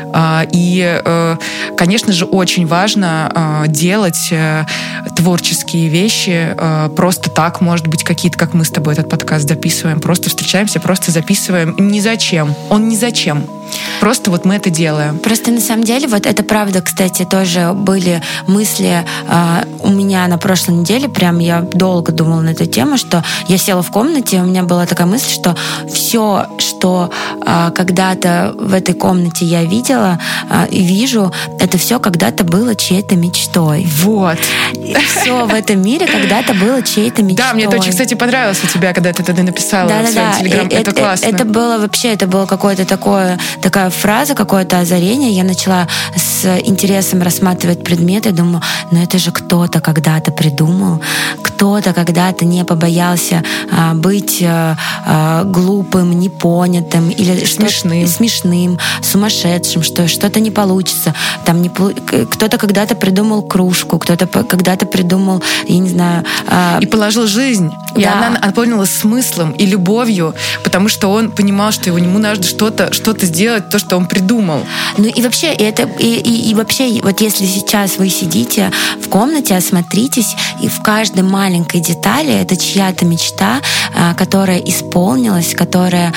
И, конечно же, очень важно делать творческие вещи просто так, может быть, какие-то, как мы с тобой этот подкаст записываем. Просто встречаемся, просто записываем. Ни зачем. Он ни зачем. Просто мы это делаем. Просто на самом деле, это правда, кстати, тоже были мысли у меня на прошлой неделе, прям я долго думала на эту тему, что я села в комнате, и у меня была такая мысль, что все, что когда-то в этой комнате я видела, и вижу, это все когда-то было чьей-то мечтой. Вот. Все в этом мире когда-то было чьей-то мечтой. Да, мне это очень, кстати, понравилось у тебя, когда ты тогда написала в своем Телеграм. Это классно. Это было какое-то такая фраза, какое-то озарение. Я начала с интересом рассматривать предметы, думаю, это же кто-то когда-то придумал, кто-то когда-то не побоялся быть глупым, непонятым или смешным, сумасшедшим, что что-то не получится. Кто-то когда-то придумал кружку, кто-то когда-то придумал, я не знаю... И положил жизнь. Да. И она наполнилась смыслом и любовью, потому что он понимал, что ему надо что-то сделать, то, что он придумал. И вообще, вообще, вот если сейчас вы сидите в комнате, осмотритесь, и в каждой маленькой детали это чья-то мечта, которая исполнилась, которая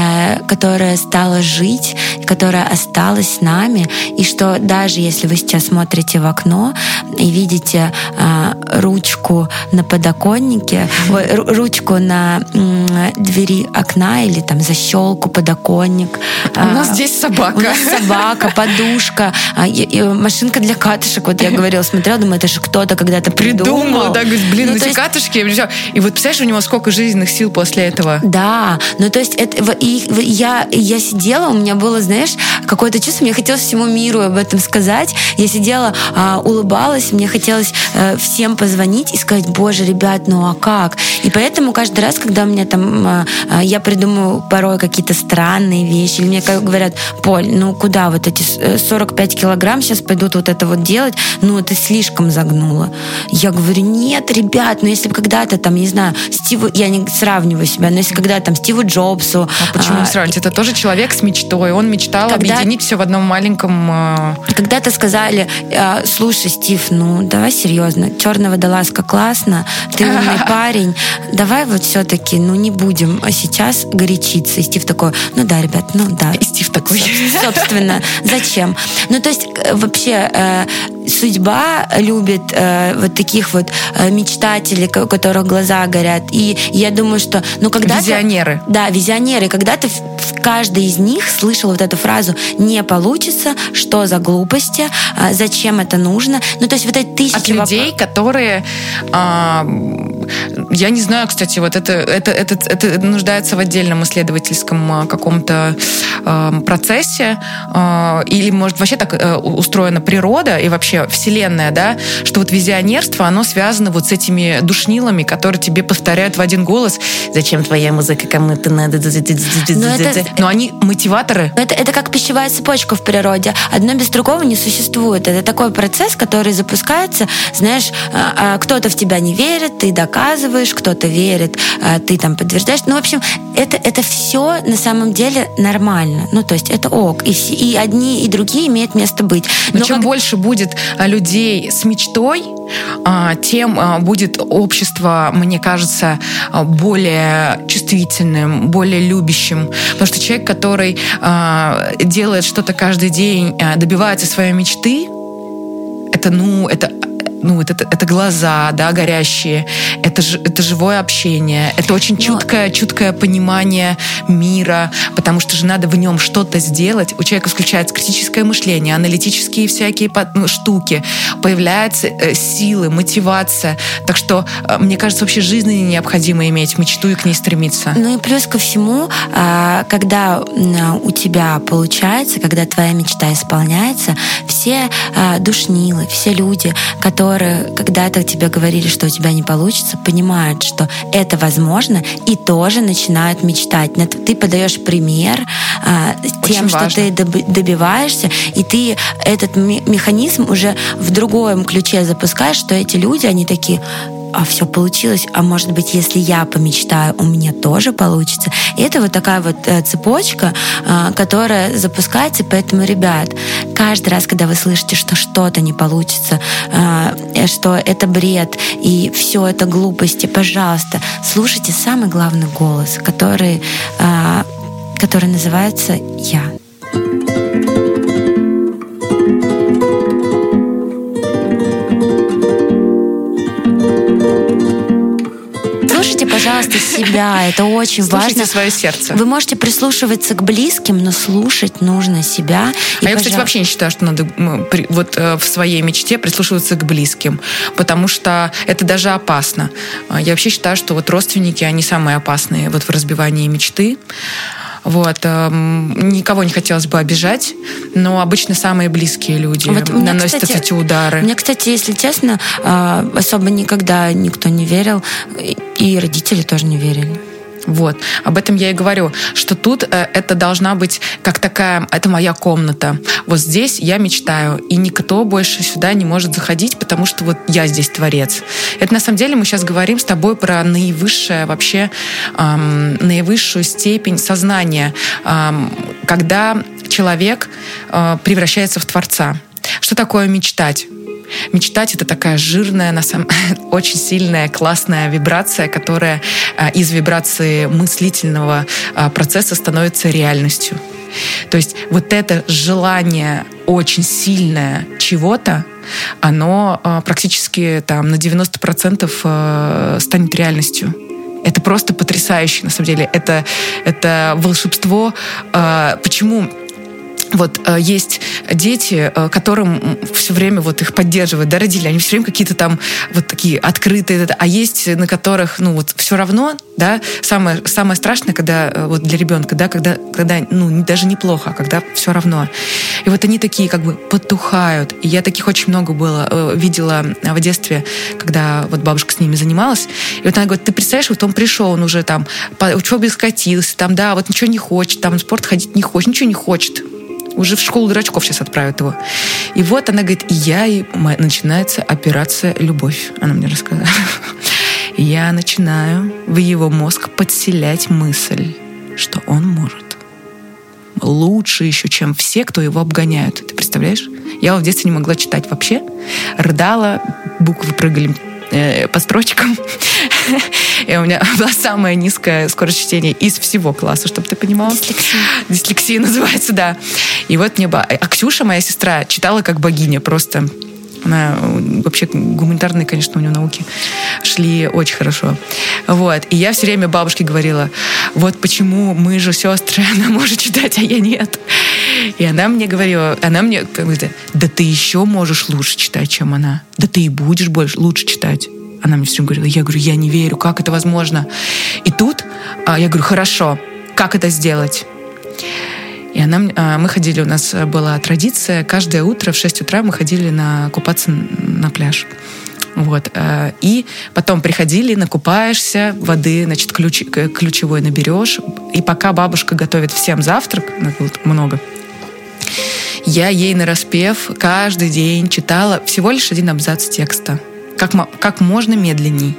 стала жить, которая осталась с нами, и что даже если вы сейчас смотрите в окно и видите ручку на подоконнике, ручку на двери окна или там защелку, подоконник. У нас здесь собака. У нас собака, подушка, машинка для катышек. Вот я говорила, смотрела, думаю, это же кто-то когда-то придумал. Да, говорит, эти катышки. И вот представляешь, у него сколько жизненных сил после этого. Да, то есть я сидела, у меня было, знаешь, какое-то чувство, мне хотелось всему миру об этом сказать. Я сидела, улыбалась, мне хотелось всем позвонить и сказать, боже, ребят, а как? И поэтому каждый раз, когда у меня я придумываю порой какие-то странные вещи, или мне говорят, Поль, куда вот эти 45 килограмм сейчас пойдут вот это вот делать, ты слишком загнула. Я говорю, нет, ребят, если бы когда-то не знаю, я не сравниваю себя, но если когда-то Стиву Джобсу... А почему сравнивать? Это тоже человек с мечтой, он мечтал объединить все в одном маленьком... Когда-то сказали, слушай, Стив, давай серьезно, черная водолазка классно, ты умный парень, давай вот все-таки, не будем сейчас горячиться. И Стив такой, да, ребят, да. И Стив такой. Собственно, зачем? То есть вообще судьба любит вот таких вот мечтателей, у которых глаза горят. И я думаю, что когда-то... Визионеры. Да, визионеры. Когда-то каждый из них слышал вот эту фразу «не получится», «что за глупости», «зачем это нужно». То есть вот эти тысячи... От людей, которые... Я не знаю, кстати, вот это нуждается в отдельном исследовательском каком-то процессе, или, может, вообще так устроена природа и вообще Вселенная, да, что вот визионерство, оно связано вот с этими душнилами, которые тебе повторяют в один голос: «Зачем твоя музыка, кому-то надо...» Но они мотиваторы. Это как пищевая цепочка в природе. Одно без другого не существует. Это такой процесс, который запускается, знаешь, кто-то в тебя не верит, ты доказываешь, кто-то верит, ты подтверждаешь. В общем, это все на самом деле нормально. То есть это ок. И одни, и другие имеют место быть. Но чем больше будет людей с мечтой, тем будет общество, мне кажется, более чувствительным, более любящим. Потому что человек, который делает что-то каждый день, добивается своей мечты, это глаза, да, горящие, это живое общение, это очень чуткое понимание мира, потому что же надо в нем что-то сделать. У человека включается критическое мышление, аналитические всякие штуки, появляются силы, мотивация. Так что, мне кажется, вообще жизненно необходимо иметь мечту и к ней стремиться. И плюс ко всему, когда у тебя получается, когда твоя мечта исполняется, все душнилы, все люди, которые когда-то тебе говорили, что у тебя не получится, понимают, что это возможно, и тоже начинают мечтать. Ты подаешь пример тем, что ты добиваешься, и ты этот механизм уже в другом ключе запускаешь, что эти люди, они такие: все получилось, а может быть, если я помечтаю, у меня тоже получится. И это вот такая вот цепочка, которая запускается. Поэтому, ребят, каждый раз, когда вы слышите, что что-то не получится, что это бред и все это глупости, пожалуйста, слушайте самый главный голос, который называется «Я». Слушайте, пожалуйста, себя. Это очень Слушайте важно. свое сердце. Вы можете прислушиваться к близким, но слушать нужно себя. Я, кстати, вообще не считаю, что надо вот в своей мечте прислушиваться к близким, потому что это даже опасно. Я вообще считаю, что вот родственники, они самые опасные вот в разбивании мечты. Вот. Никого не хотелось бы обижать, но обычно самые близкие люди вот наносят, кстати, эти удары. Мне, кстати, если честно, особо никогда никто не верил, и родители тоже не верили. Вот. Об этом я и говорю, что тут это должна быть как такая, это моя комната. Вот здесь я мечтаю, и никто больше сюда не может заходить, потому что вот я здесь творец. Это на самом деле мы сейчас говорим с тобой про наивысшее вообще, наивысшую степень сознания, когда человек превращается в творца. Что такое мечтать? Мечтать — это такая жирная, очень сильная, классная вибрация, которая из вибрации мыслительного процесса становится реальностью. То есть вот это желание очень сильное чего-то, оно практически там, на 90% станет реальностью. Это просто потрясающе, на самом деле. Это волшебство. Почему? Вот есть дети, которым все время вот их поддерживают, да, родители, они все время какие-то там вот такие открытые, а есть на которых, ну вот все равно, да, самое страшное, когда вот для ребенка, да, когда ну даже неплохо, а когда все равно. И вот они такие как бы потухают. И я таких очень много видела в детстве, когда вот бабушка с ними занималась. И вот она говорит, ты представляешь, вот он пришел, он уже там учебе скатился, там, да, вот ничего не хочет, там в спорт ходить не хочет, ничего не хочет. Уже в школу дурачков сейчас отправят его. И вот она говорит, начинается операция «Любовь». Она мне рассказала. Я начинаю в его мозг подселять мысль, что он может. Лучше еще, чем все, кто его обгоняют. Ты представляешь? Я в детстве не могла читать вообще. Рыдала, буквы прыгали по строчкам. И у меня была самая низкая скорость чтения из всего класса, чтобы ты понимала. Дислексия называется, да. И вот мне... А Ксюша, моя сестра, читала как богиня просто. Она вообще гуманитарные, конечно, у нее науки шли очень хорошо. Вот. И я все время бабушке говорила, вот почему мы же сестры, она может читать, а я нет. И она мне говорила, да ты еще можешь лучше читать, чем она. Да ты и будешь лучше читать. Она мне все время говорила, я говорю, я не верю, как это возможно? И тут я говорю, хорошо, как это сделать? И мы ходили, у нас была традиция, каждое утро в 6 утра мы ходили купаться на пляж. Вот. И потом приходили, накупаешься, воды, значит, ключевой наберешь. И пока бабушка готовит всем завтрак, много, я ей нараспев каждый день читала всего лишь один абзац текста. Как можно медленней.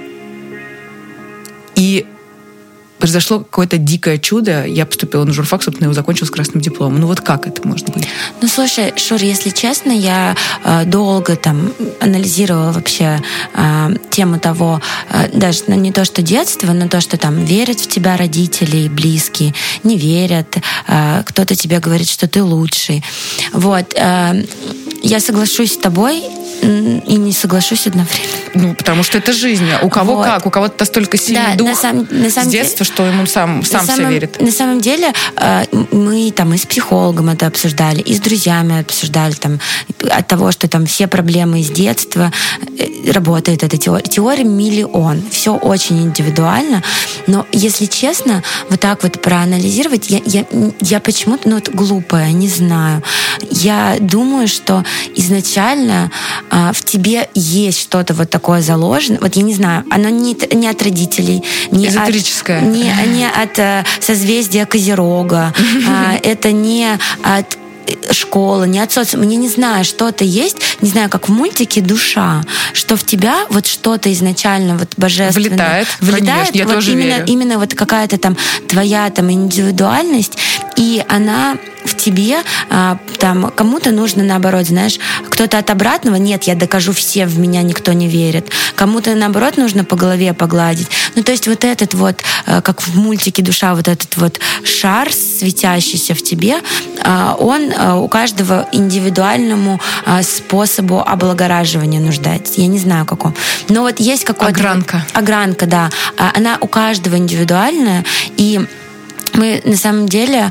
И произошло какое-то дикое чудо. Я поступила на журфак, собственно, его закончила с красным дипломом. Ну вот как это может быть? Ну, слушай, Шур, если честно, я долго там анализировала вообще тему того, даже не то, что детство, но то, что там верят в тебя родители, близкие, не верят, кто-то тебе говорит, что ты лучший. Вот. Я соглашусь с тобой и не соглашусь одновременно. Ну, потому что это жизнь. У кого вот. Как? У кого-то настолько сильный дух с детства, что ему сам все верит. На самом деле мы там и с психологом это обсуждали, и с друзьями обсуждали там, от того, что там все проблемы из детства, работает эта теория. Теория миллион. Все очень индивидуально. Но, если честно, вот так вот проанализировать, я почему-то, вот глупая, не знаю. Я думаю, что изначально в тебе есть что-то вот такое заложено. Вот я не знаю, оно не от родителей, не от созвездия Козерога, это не от школы, не от социума, я не знаю, что-то есть, не знаю, как в мультике «Душа», что в тебя вот что-то изначально вот божественное влетает, конечно, я вот тоже верю. Именно вот какая-то там твоя там индивидуальность, и она в тебе, там, кому-то нужно наоборот, знаешь, кто-то от обратного, нет, я докажу всем, в меня никто не верит. Кому-то наоборот нужно по голове погладить. Ну, то есть вот этот вот, как в мультике «Душа», вот этот вот шар, светящийся в тебе, он у каждого индивидуальному способу облагораживания нуждается. Я не знаю, каком. Но вот есть какой-то... Огранка. Огранка, да. Она у каждого индивидуальная, и мы на самом деле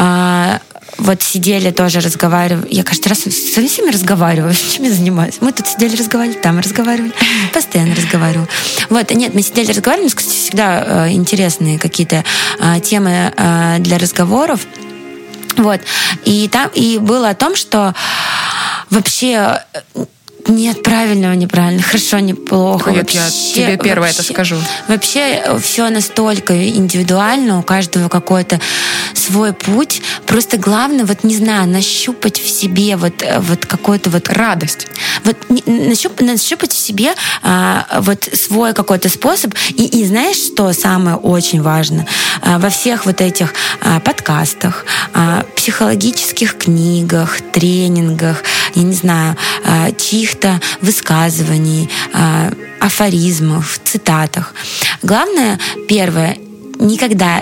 вот сидели тоже, разговаривали. Я каждый раз со всеми разговариваю. Чем я занимаюсь? Мы тут сидели, разговаривали, там разговаривали. Постоянно разговариваю. Вот, нет, мы сидели, разговаривали. Кстати, всегда интересные какие-то темы для разговоров. Вот. И там и было о том, что вообще... Нет, правильного, неправильно, хорошо, неплохо. Нет, я тебе первое это скажу. Вообще все настолько индивидуально, у каждого какой-то свой путь. Просто главное, вот не знаю, нащупать в себе вот какую-то вот радость. Вот нащупать в себе вот свой какой-то способ. И знаешь, что самое очень важно? Во всех вот этих подкастах, психологических книгах, тренингах, я не знаю, чьих-то высказываний, афоризмов, цитатах. Главное, первое, никогда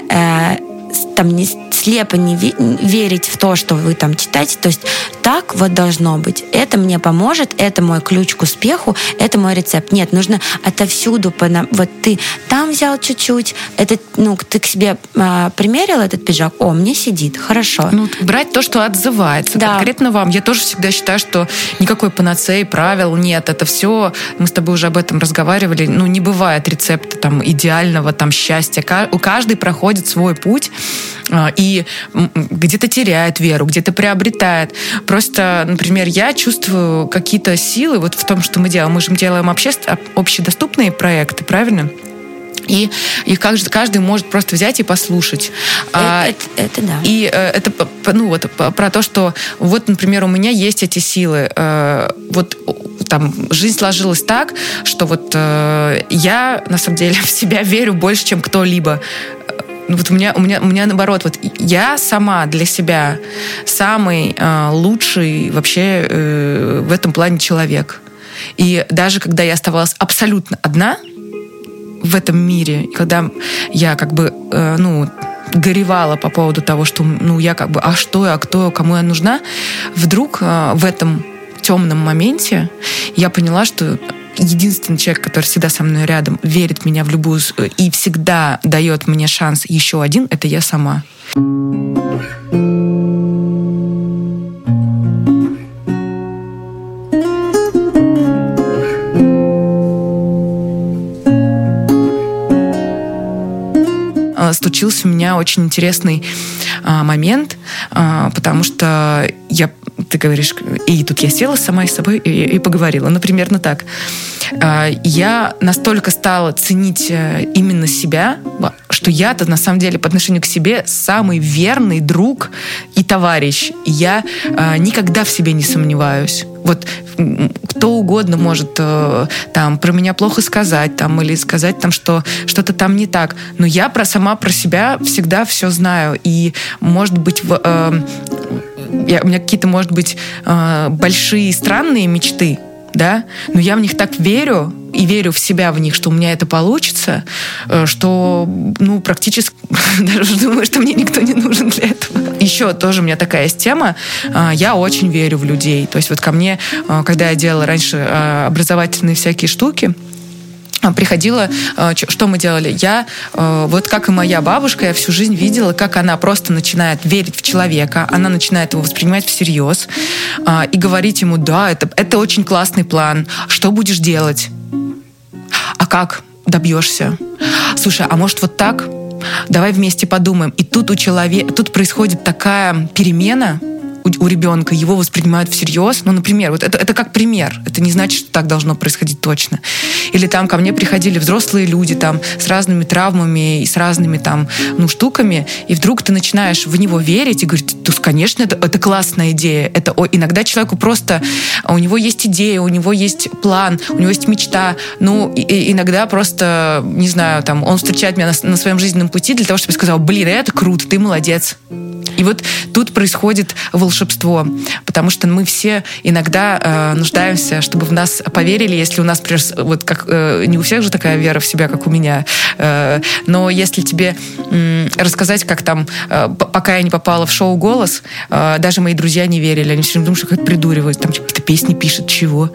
там не слепо не верить в то, что вы там читаете. То есть так вот должно быть. Это мне поможет, это мой ключ к успеху, это мой рецепт. Нет, нужно отовсюду. Вот ты там взял чуть-чуть, это, ты к себе примерил этот пиджак, мне сидит, хорошо. Брать то, что отзывается. Да. Конкретно вам. Я тоже всегда считаю, что никакой панацеи, правил нет. Это все, мы с тобой уже об этом разговаривали, не бывает рецепта там идеального там счастья. У каждый проходит свой путь и где-то теряет веру, где-то приобретает. Просто, например, я чувствую какие-то силы вот в том, что мы делаем. Мы же делаем общедоступные проекты, правильно? И их каждый может просто взять и послушать. Это да. И это про то, что вот, например, у меня есть эти силы. Вот там жизнь сложилась так, что вот я, на самом деле, в себя верю больше, чем кто-либо. Вот у меня наоборот, вот я сама для себя самый лучший вообще в этом плане человек. И даже когда я оставалась абсолютно одна в этом мире, когда я как бы, горевала по поводу того, что, я как бы, что я, кто, кому я нужна, вдруг в этом темном моменте я поняла, что единственный человек, который всегда со мной рядом, верит в меня в любую и всегда дает мне шанс еще один, это я сама. Случился у меня очень интересный момент, потому что ты говоришь, и тут я села сама с собой и поговорила. Примерно так. Я настолько стала ценить именно себя, что я-то на самом деле по отношению к себе самый верный друг и товарищ. Я никогда в себе не сомневаюсь. Вот кто угодно может там про меня плохо сказать там, или сказать там, что что-то там не так. Но я сама про себя всегда все знаю. И, может быть, у меня какие-то, может быть, большие странные мечты, да, но я в них так верю и верю в себя в них, что у меня это получится, что, практически даже думаю, что мне никто не нужен для этого. Еще тоже у меня такая есть тема. Я очень верю в людей. То есть вот ко мне, когда я делала раньше образовательные всякие штуки, приходила, что мы делали? Я, вот как и моя бабушка, я всю жизнь видела, как она просто начинает верить в человека, она начинает его воспринимать всерьез и говорить ему, да, это очень классный план, что будешь делать? А как добьешься? Слушай, а может вот так? Давай вместе подумаем. И тут тут происходит такая перемена у ребенка, его воспринимают всерьез. Например, вот это как пример. Это не значит, что так должно происходить точно. Или там ко мне приходили взрослые люди там с разными травмами и с разными там, штуками, и вдруг ты начинаешь в него верить и говорить, конечно, это классная идея. Иногда человеку просто, у него есть идея, у него есть план, у него есть мечта. Иногда просто, не знаю, там, он встречает меня на своем жизненном пути для того, чтобы я сказала, это круто, ты молодец. И вот тут происходит волшебство, потому что мы все иногда нуждаемся, чтобы в нас поверили, если у нас, например, вот как не у всех же такая вера в себя, как у меня, но если тебе рассказать, как там, пока я не попала в шоу «Голос», даже мои друзья не верили, они все время думали, что как-то придуривают, там какие-то песни пишут, чего?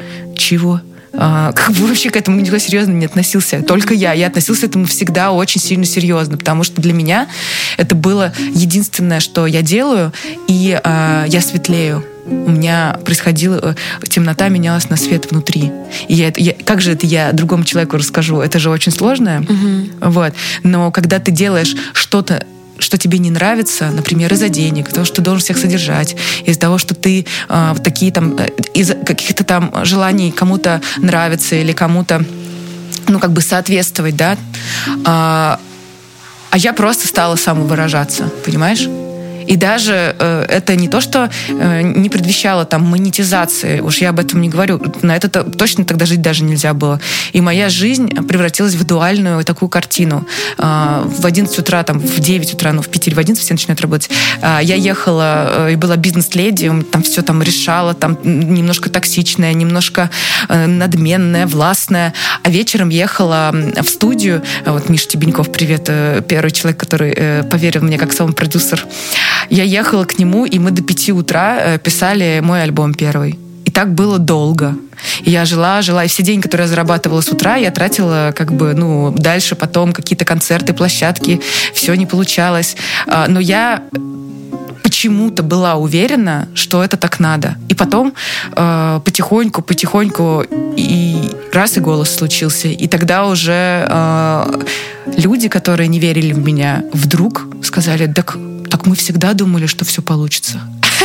Как бы вообще к этому никто серьезно не относился. Только я относился к этому всегда очень сильно серьезно, потому что для меня это было единственное, что я делаю, и я светлею. У меня происходила темнота, менялась на свет внутри. И как же это я другому человеку расскажу? Это же очень сложно. Вот. Но когда ты делаешь что-то, что тебе не нравится, например, из-за денег, из-за того, что ты должен всех содержать, из-за того, что ты такие там, из-за каких-то там желаний кому-то нравиться или кому-то, соответствовать, да. А я просто стала самовыражаться, понимаешь? И даже это не то, что не предвещало там монетизации, уж я об этом не говорю, на это точно тогда жить даже нельзя было. И моя жизнь превратилась в дуальную такую картину. В 11 утра, там, в 9 утра, в Питере в 11 все начинают работать, я ехала и была бизнес-леди, там все там решала, там немножко токсичная, немножко надменная, властная, а вечером ехала в студию, вот Миша Тебеньков, привет, первый человек, который поверил в меня как саунд-продюсер. Я ехала к нему, и мы до 5 утра писали мой альбом первый. И так было долго. И я жила, и все деньги, которые я зарабатывала с утра, я тратила дальше потом какие-то концерты, площадки. Все не получалось. Но я почему-то была уверена, что это так надо. И потом потихоньку, и раз и голос случился. И тогда уже люди, которые не верили в меня, вдруг сказали: так мы всегда думали, что все получится.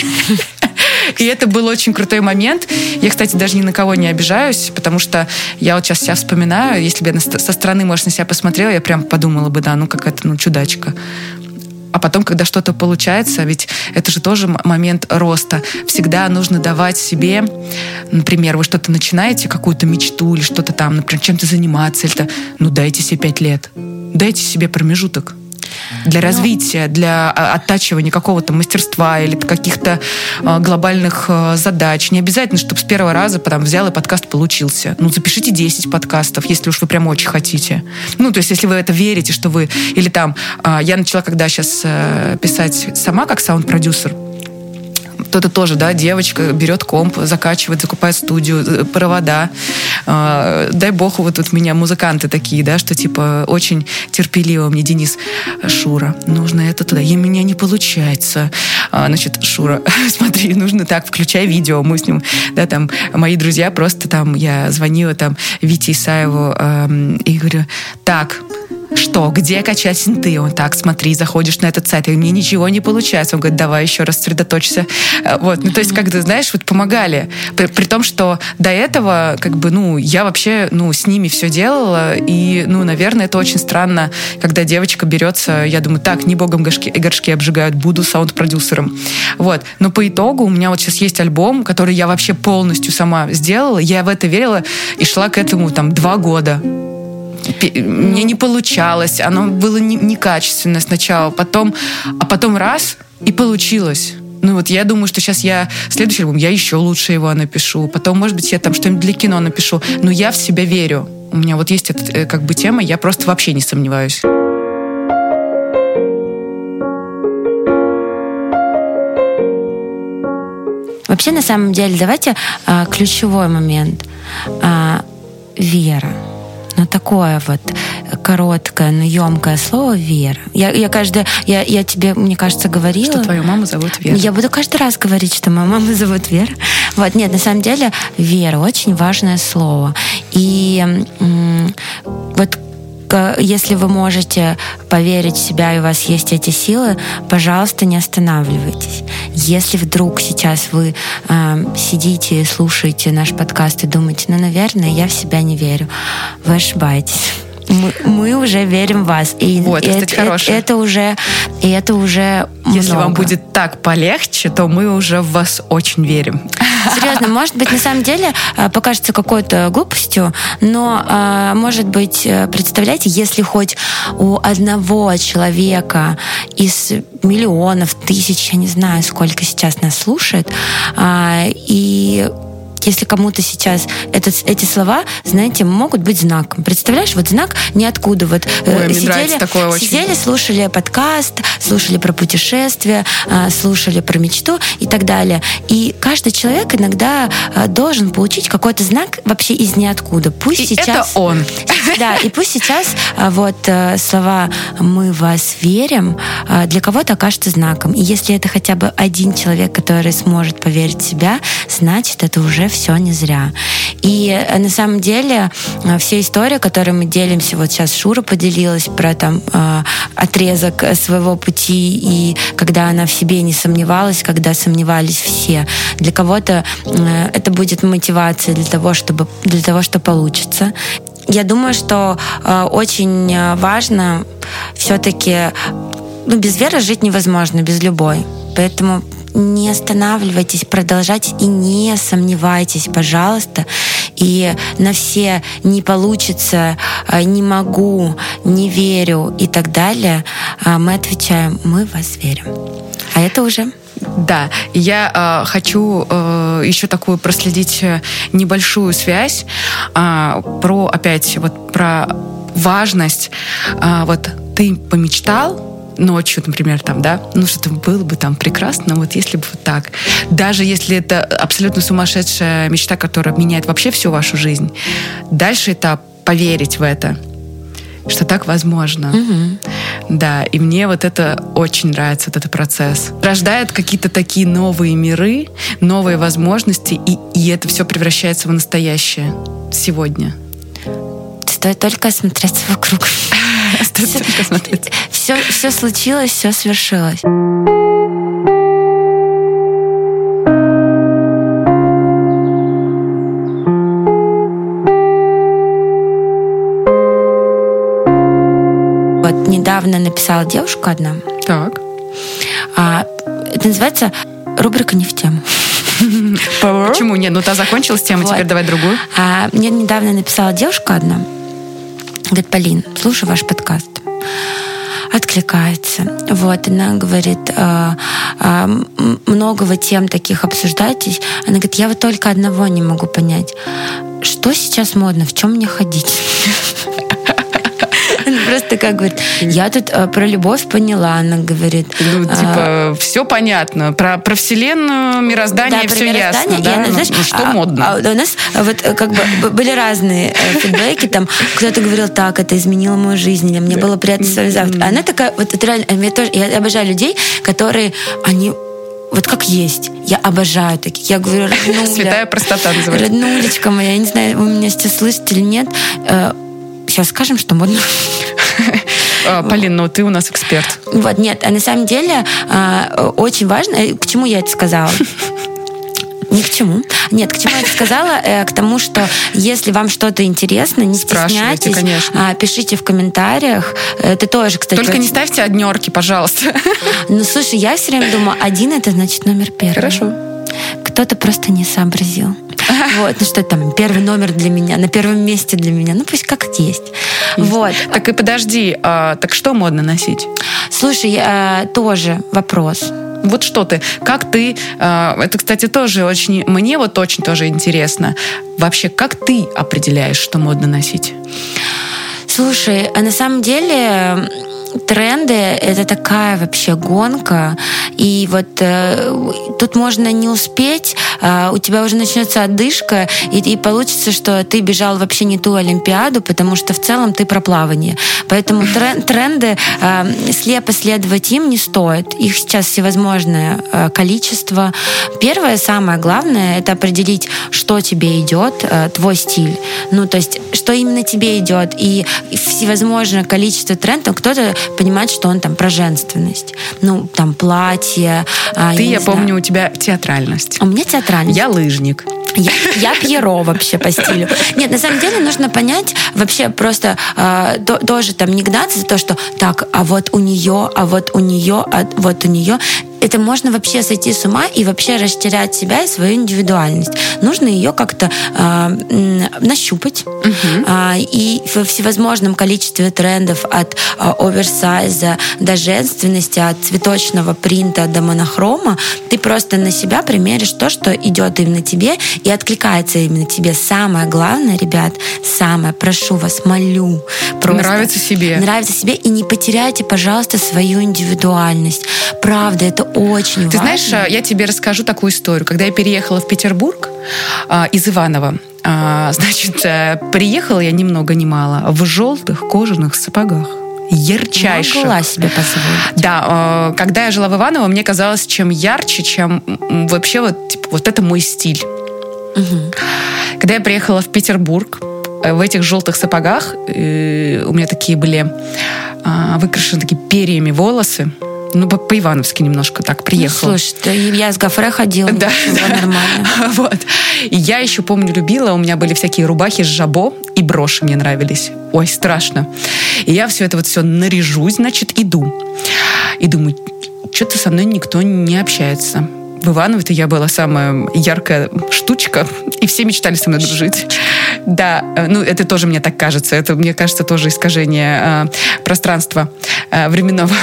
И это был очень крутой момент. Я, кстати, даже ни на кого не обижаюсь, потому что я вот сейчас себя вспоминаю, если бы я со стороны, может, на себя посмотрела, я прям подумала бы, какая-то, чудачка. А потом, когда что-то получается, ведь это же тоже момент роста. Всегда нужно давать себе, например, вы что-то начинаете, какую-то мечту или что-то там, например, чем-то заниматься, или дайте себе 5 лет. Дайте себе промежуток. Для развития, для оттачивания какого-то мастерства или каких-то глобальных задач. Не обязательно, чтобы с первого раза взял и подкаст получился. Запишите 10 подкастов, если уж вы прям очень хотите. То есть, если вы это верите, что вы... Или я начала, когда сейчас писать сама как саунд-продюсер, то это тоже, девочка берет комп, закачивает, закупает студию, провода. Дай бог, вот тут у меня музыканты такие, что очень терпеливо мне Денис: Шура, нужно это туда. И у меня не получается. Значит, Шура, смотри, нужно так, включай видео. Мы с ним, мои друзья просто я звонила Вите Исаеву и говорю: так, что, где качать синты? Он: так, смотри, заходишь на этот сайт, и мне ничего не получается. Он говорит: давай еще раз сосредоточься. То есть, как ты знаешь, помогали. При том, что до этого, я вообще, с ними все делала, и, наверное, это очень странно, когда девочка берется, я думаю: так, не богом горшки обжигают, буду саунд-продюсером. Но по итогу у меня вот сейчас есть альбом, который я вообще полностью сама сделала, я в это верила и шла к этому 2 года. Мне не получалось, оно было некачественно сначала, а потом раз, и получилось. Я думаю, что сейчас следующий альбом, я еще лучше его напишу, потом, может быть, я что-нибудь для кино напишу, но я в себя верю. У меня есть эта тема, я просто вообще не сомневаюсь. Вообще, на самом деле, давайте ключевой момент. Вера. Такое короткое, но емкое слово — вера. Я тебе, мне кажется, говорила... Что твою маму зовут Вера. Я буду каждый раз говорить, что мою маму зовут Вера. Нет, на самом деле вера — очень важное слово. И если вы можете поверить в себя и у вас есть эти силы, пожалуйста, не останавливайтесь. Если вдруг сейчас вы сидите и слушаете наш подкаст и думаете: наверное, я в себя не верю, вы ошибаетесь. Мы уже верим в вас. Кстати, хорошее. Это уже Если вам будет так полегче, то мы уже в вас очень верим. Серьезно, может быть, на самом деле покажется какой-то глупостью, но, может быть, представляете, если хоть у одного человека из миллионов, тысяч, я не знаю, сколько сейчас нас слушает, и если кому-то сейчас эти слова, знаете, могут быть знаком. Представляешь, вот знак ниоткуда. Вот сидели, слушали подкаст, слушали про путешествия, слушали про мечту и так далее. И каждый человек иногда должен получить какой-то знак вообще из ниоткуда. Пусть сейчас... Это он. Да, и пусть сейчас слова «мы в вас верим» для кого-то окажется знаком. И если это хотя бы один человек, который сможет поверить в себя, значит, это уже все не зря. И на самом деле все истории, которые мы делимся, вот сейчас Шура поделилась про отрезок своего пути, и когда она в себе не сомневалась, когда сомневались все. Для кого-то это будет мотивация для того, что получится. Я думаю, что очень важно все-таки, без веры жить невозможно, без любой. Поэтому не останавливайтесь, продолжайте и не сомневайтесь, пожалуйста. И на все «не получится», «не могу», «не верю» и так далее мы отвечаем: мы в вас верим. А это уже... Да, я хочу еще такую проследить небольшую связь про важность. Вот ты помечтал ночью, например, что-то было бы прекрасно, вот если бы вот так. Даже если это абсолютно сумасшедшая мечта, которая меняет вообще всю вашу жизнь, дальше этап — поверить в это, что так возможно. Угу. Да, и мне вот это очень нравится, вот этот процесс. Рождают какие-то такие новые миры, новые возможности, и это все превращается в настоящее сегодня. Стоит только осмотреться вокруг. Все случилось, все свершилось. Вот недавно написала девушка одна. Так. Это называется рубрика «Не в тему». Почему? Нет, та закончилась тема, теперь давай другую. Мне недавно написала девушка одна. Говорит: Полин, слушаю ваш подкаст. Откликается. Вот, она говорит, много вы тем таких обсуждаете. Она говорит: я вот только одного не могу понять. Что сейчас модно? В чем мне ходить? Она просто говорит: я тут про любовь поняла, она говорит. Все понятно. Про вселенную, мироздание, все ясно. Да? Что модно? У нас были разные фидбэки. Кто-то говорил: так, это изменило мою жизнь, или мне было приятно с вами завтра. Она такая, вот это реально, я обожаю людей, которые, они вот как есть. Я обожаю таких. Я говорю: роднуля. Святая простота называется. Роднулечка моя, я не знаю, вы меня сейчас слышите или нет. Сейчас скажем, что модно. Полин, ты у нас эксперт. Вот, нет, на самом деле очень важно, к чему я это сказала? Ни к чему. Нет, к чему я это сказала? К тому, что если вам что-то интересно, не стесняйтесь, пишите в комментариях. Это тоже, кстати... Только не ставьте однерки, пожалуйста. Слушай, я все время думаю, 1 — это значит номер 1. Хорошо. Кто-то просто не сообразил. Вот, что первый номер для меня, на первом месте для меня. Пусть как есть. Вот. Так и подожди, так что модно носить? Слушай, тоже вопрос. Вот что ты, как ты, это, кстати, тоже очень, мне вот очень тоже интересно. Вообще, как ты определяешь, что модно носить? Слушай, на самом деле... Тренды — это такая вообще гонка, и вот тут можно не успеть, у тебя уже начнется одышка, и получится, что ты бежал вообще не ту Олимпиаду, потому что в целом ты про плавание. Поэтому тренды, слепо следовать им не стоит. Их сейчас всевозможное количество. Первое, самое главное — это определить, что тебе идет, твой стиль. То есть, что именно тебе идет, и всевозможное количество трендов. Кто-то понимать, что он про женственность. Платье. Я помню, у тебя театральность. У меня театральность. Я лыжник. Я Пьеро вообще по стилю. Нет, на самом деле нужно понять вообще просто тоже не гнаться за то, что так, а вот у нее, а вот у нее, а вот у нее. это можно вообще сойти с ума и вообще растерять себя и свою индивидуальность. Нужно ее как-то нащупать. И в всевозможном количестве трендов от оверсайза до женственности, от цветочного принта до монохрома, ты просто на себя примеришь то, что идет именно тебе и откликается именно тебе. Самое главное, ребят, прошу вас, молю, просто нравится себе. Нравится себе, и не потеряйте, пожалуйста, свою индивидуальность. Правда, это очень важно. Ты знаешь, я тебе расскажу такую историю. Когда я переехала в Петербург из Иваново, значит, приехала я ни много ни мало в желтых кожаных сапогах. Ярчайших. Могла себе позволить. Да, когда я жила в Иваново, мне казалось, чем ярче, чем вообще вот это мой стиль. Когда я приехала в Петербург, в этих желтых сапогах, у меня такие были выкрашены такие перьями волосы. По-ивановски немножко так приехала. Слушай, я с гофре ходила, да, нормально. Вот. И я еще помню, любила, у меня были всякие рубахи с жабо, и броши мне нравились. Ой, страшно. И я все это наряжусь, значит, иду. И думаю, что-то со мной никто не общается. В Иваново-то я была самая яркая штучка, и все мечтали со мной дружить. Да, это тоже мне так кажется. Это, мне кажется, тоже искажение пространства временного.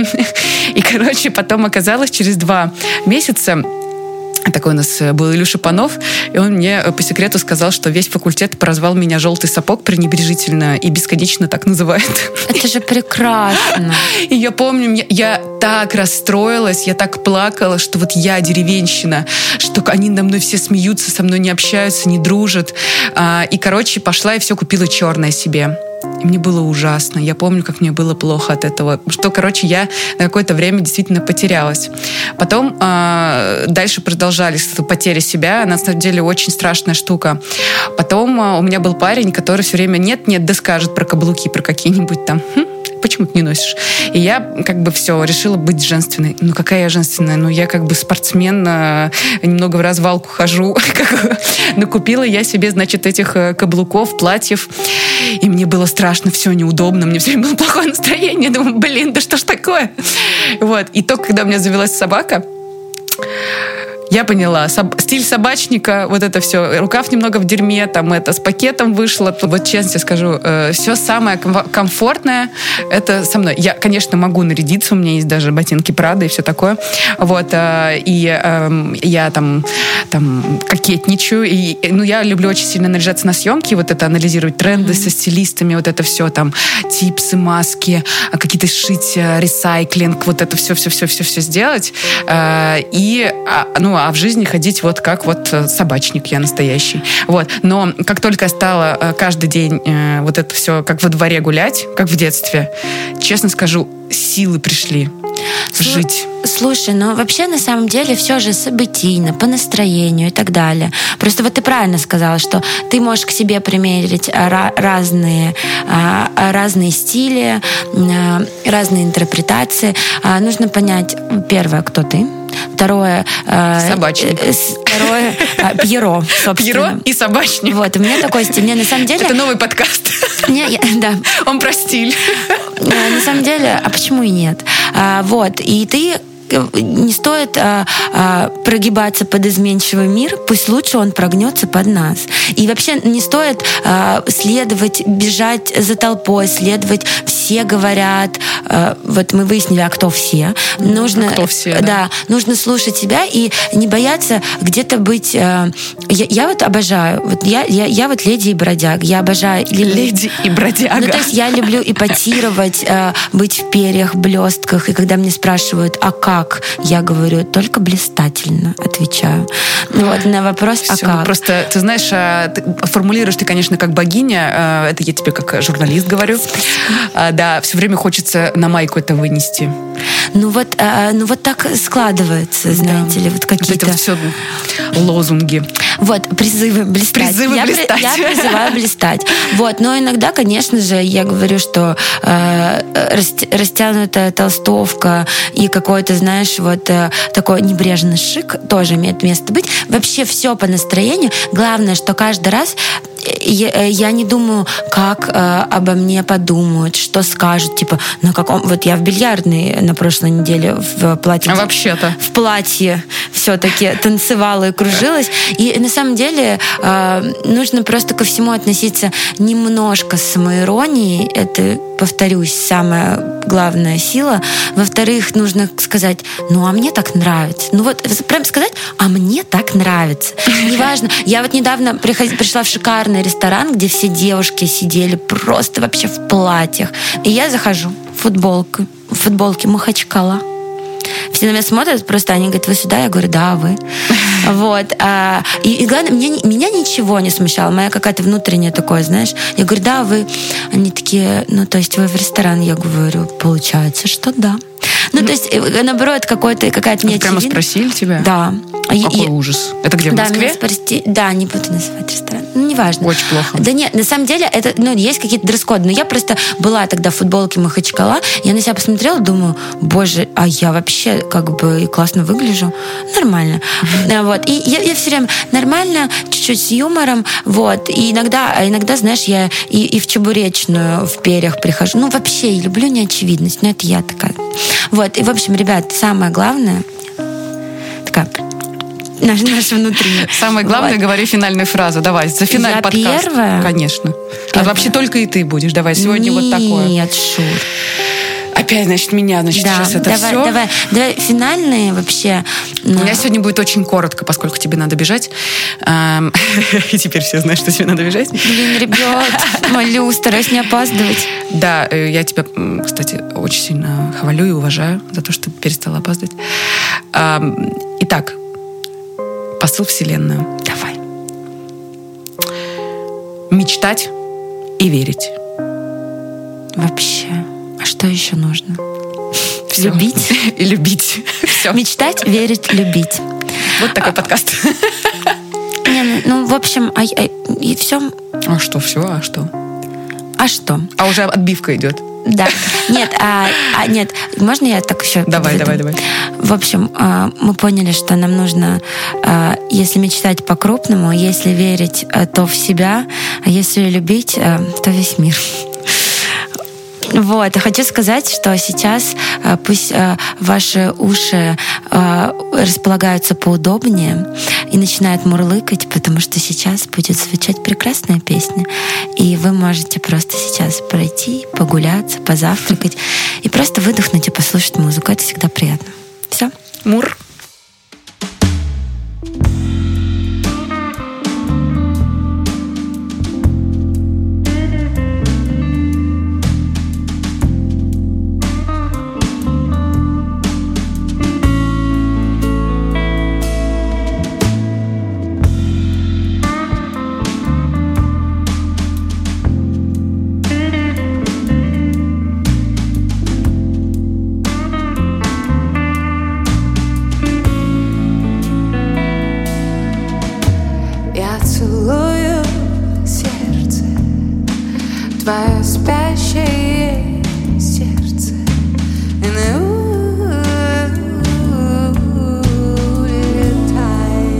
И, потом оказалось, через 2 месяца такой у нас был Илюша Панов, и он мне по секрету сказал, что весь факультет прозвал меня «желтый сапог» пренебрежительно и бесконечно так называет. Это же прекрасно. И я помню, я так расстроилась, я так плакала, что вот я деревенщина, что они надо мной все смеются, со мной не общаются, не дружат. И, пошла и все купила черное себе. И мне было ужасно. Я помню, как мне было плохо от этого. Что, я на какое-то время действительно потерялась. Потом дальше продолжались потери себя. Она, на самом деле, очень страшная штука. Потом у меня был парень, который все время нет-нет, да скажет про каблуки, про какие-нибудь там... Почему ты не носишь? И я все, решила быть женственной. Какая я женственная? Я спортсмен, немного в развалку хожу. Купила я себе, значит, этих каблуков, платьев. И мне было страшно, все неудобно. Мне все время было плохое настроение. Я думаю, да что ж такое? Вот. И только когда у меня завелась собака, я поняла, стиль собачника, вот это все, рукав немного в дерьме, с пакетом вышла. Вот честно тебе скажу, все самое комфортное, это со мной. Я, конечно, могу нарядиться, у меня есть даже ботинки Прада и все такое. Вот, я там кокетничаю. Я люблю очень сильно наряжаться на съемки, вот это анализировать тренды со стилистами, вот это все, типсы, маски, какие-то шить, ресайклинг, вот это все сделать. А в жизни ходить как собачник я настоящий. Вот. Но как только я стала каждый день вот это все как во дворе гулять, как в детстве, честно скажу, силы пришли жить. Слушай, вообще на самом деле все же событийно, по настроению и так далее. Просто ты правильно сказала, что ты можешь к себе примерить разные стили, разные интерпретации. Нужно понять, первое, кто ты. Второе... собачник. Второе... Пьеро, собственно. Пьеро и собачник. Вот, у меня такой стиль. Мне на самом деле... Это новый подкаст. Да. Он про стиль. На самом деле, а почему и нет? Вот, и ты... Не стоит прогибаться под изменчивый мир, пусть лучше он прогнется под нас. И вообще не стоит бежать за толпой, следовать, все говорят. Вот мы выяснили, а кто все. Нужно, кто все, да. Нужно слушать себя и не бояться где-то быть... Я обожаю. Я леди и бродяга. Я обожаю... Леди и бродяга. То есть я люблю эпатировать, быть в перьях, блестках. И когда мне спрашивают, а как? Я говорю, только блистательно, отвечаю. На вопрос, все, а как? Просто, ты знаешь, формулируешь ты, конечно, как богиня, это я тебе как журналист говорю. Да, все время хочется на майку это вынести. Вот так складывается, знаете ли, какие-то... Это все лозунги. Призывы блистать. Я призываю блистать. Но иногда, конечно же, я говорю, что растянутая толстовка и какой-то, знаешь, такой небрежный шик тоже имеет место быть. Вообще все по настроению. Главное, что каждый раз я не думаю, как обо мне подумают, что скажут, типа, на каком... Вот я в бильярдной на прошлой неделе в платье... А вообще-то? В платье все-таки танцевала и кружилась. И на самом деле нужно просто ко всему относиться немножко с самоиронией. Это, повторюсь, самая главная сила. Во-вторых, нужно сказать, ну, а мне так нравится. Ну вот, прям сказать, а мне так нравится. Неважно. Я вот недавно пришла в шикарный ресторан, где все девушки сидели просто вообще в платьях. И я захожу в футболке Махачкала. Все на меня смотрят, просто они говорят, вы сюда? Я говорю, да, вы. Вот. И главное, меня ничего не смущало. Моя какая-то внутренняя такое, знаешь. Я говорю, да, вы. Они такие, ну, то есть вы в ресторан? Я говорю, получается, что да. Ну, то есть, наоборот, какая-то неочевидность. Прямо спросили тебя? Да. Какой ужас. Это где, в Москве? Да, не буду называть ресторан. Ну, неважно. Очень плохо. Да нет, на самом деле, это, есть какие-то дресс-коды. Но я просто была тогда в футболке Махачкала, я на себя посмотрела, думаю, боже, а я вообще как бы и классно выгляжу. Нормально. Вот. И я все время нормально, чуть-чуть с юмором. Вот. И иногда, знаешь, я и в чебуречную в перьях прихожу. Ну, вообще, я люблю неочевидность. Но это я такая. Вот. И, в общем, ребят, самое главное, такая... Наша внутренняя. Самое главное, говори финальную фразу. Давай, за финальный подкаст. Первая? Конечно. А вообще только и ты будешь. Давай, сегодня вот такое. Нет, Шур. Опять, значит, меня, значит, да, сейчас это давай, все. Давай, финальные вообще. У меня сегодня будет очень коротко, поскольку тебе надо бежать. И теперь все знают, что тебе надо бежать. Блин, ребят, молю, стараюсь не опаздывать. Да, я тебя, кстати, очень сильно хвалю и уважаю за то, что ты перестала опаздывать. Итак, посыл Вселенную. Давай. Мечтать и верить. Вообще. А что еще нужно? Все. Любить. И любить. Все. Мечтать, верить, любить. Вот такой подкаст. Ну, в общем, и все. А что, все? А что? А что? А уже отбивка идет. Да. Нет, нет, можно я так еще? Давай. В общем, мы поняли, что нам нужно, если мечтать по-крупному, если верить, то в себя, а если любить, то весь мир. Вот, и хочу сказать, что сейчас пусть ваши уши располагаются поудобнее и начинают мурлыкать, потому что сейчас будет звучать прекрасная песня. И вы можете просто сейчас пройти, погуляться, позавтракать и просто выдохнуть и послушать музыку. Это всегда приятно. Все? Мур. Твое спящее сердце улетай.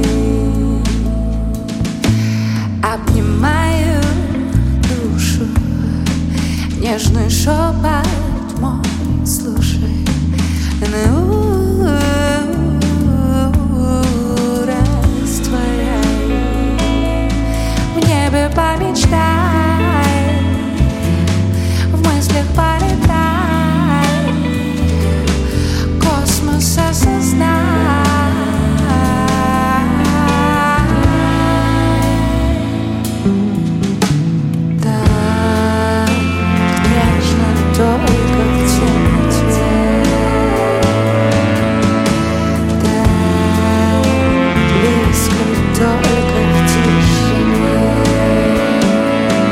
Обнимаю душу, нежный шепот мой, слушай. Растворяй. В небе помечтай. Полетай, космос осознай. Так нежно только в темноте, так близко только в тишине.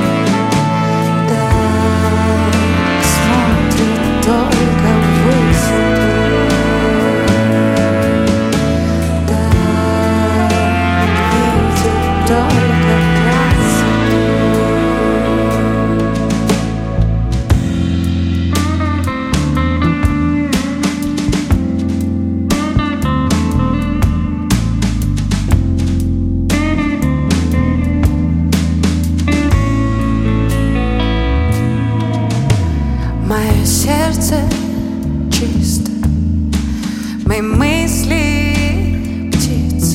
сердце чисто, мои мысли птицы,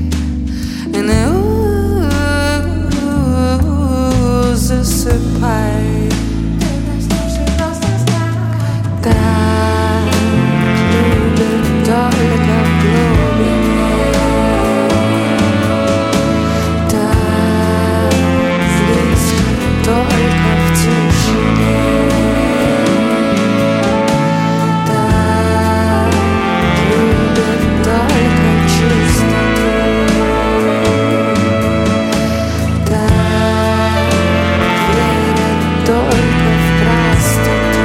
засыпай. Так любят только в глубине, так близко только в тишине, так любят только чистоту, так верят только в простоту.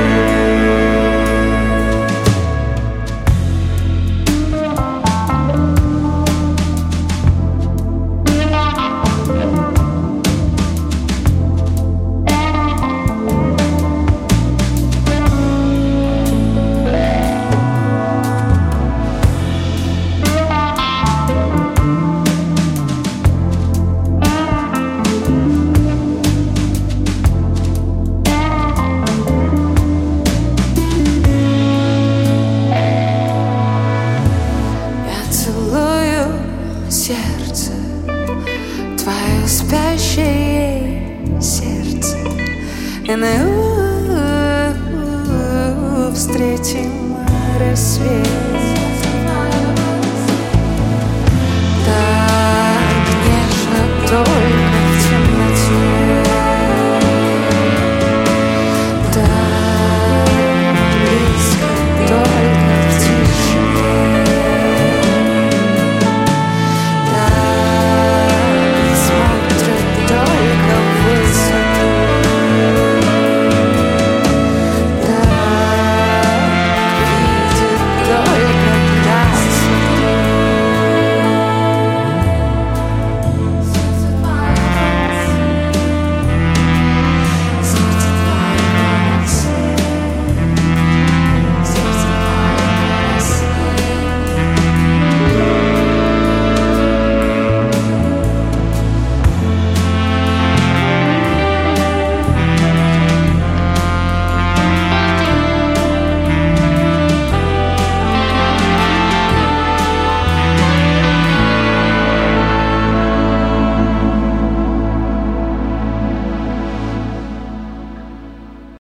Я целую сердце, твое спящее сердце, и встретим рассвет. Так нежно только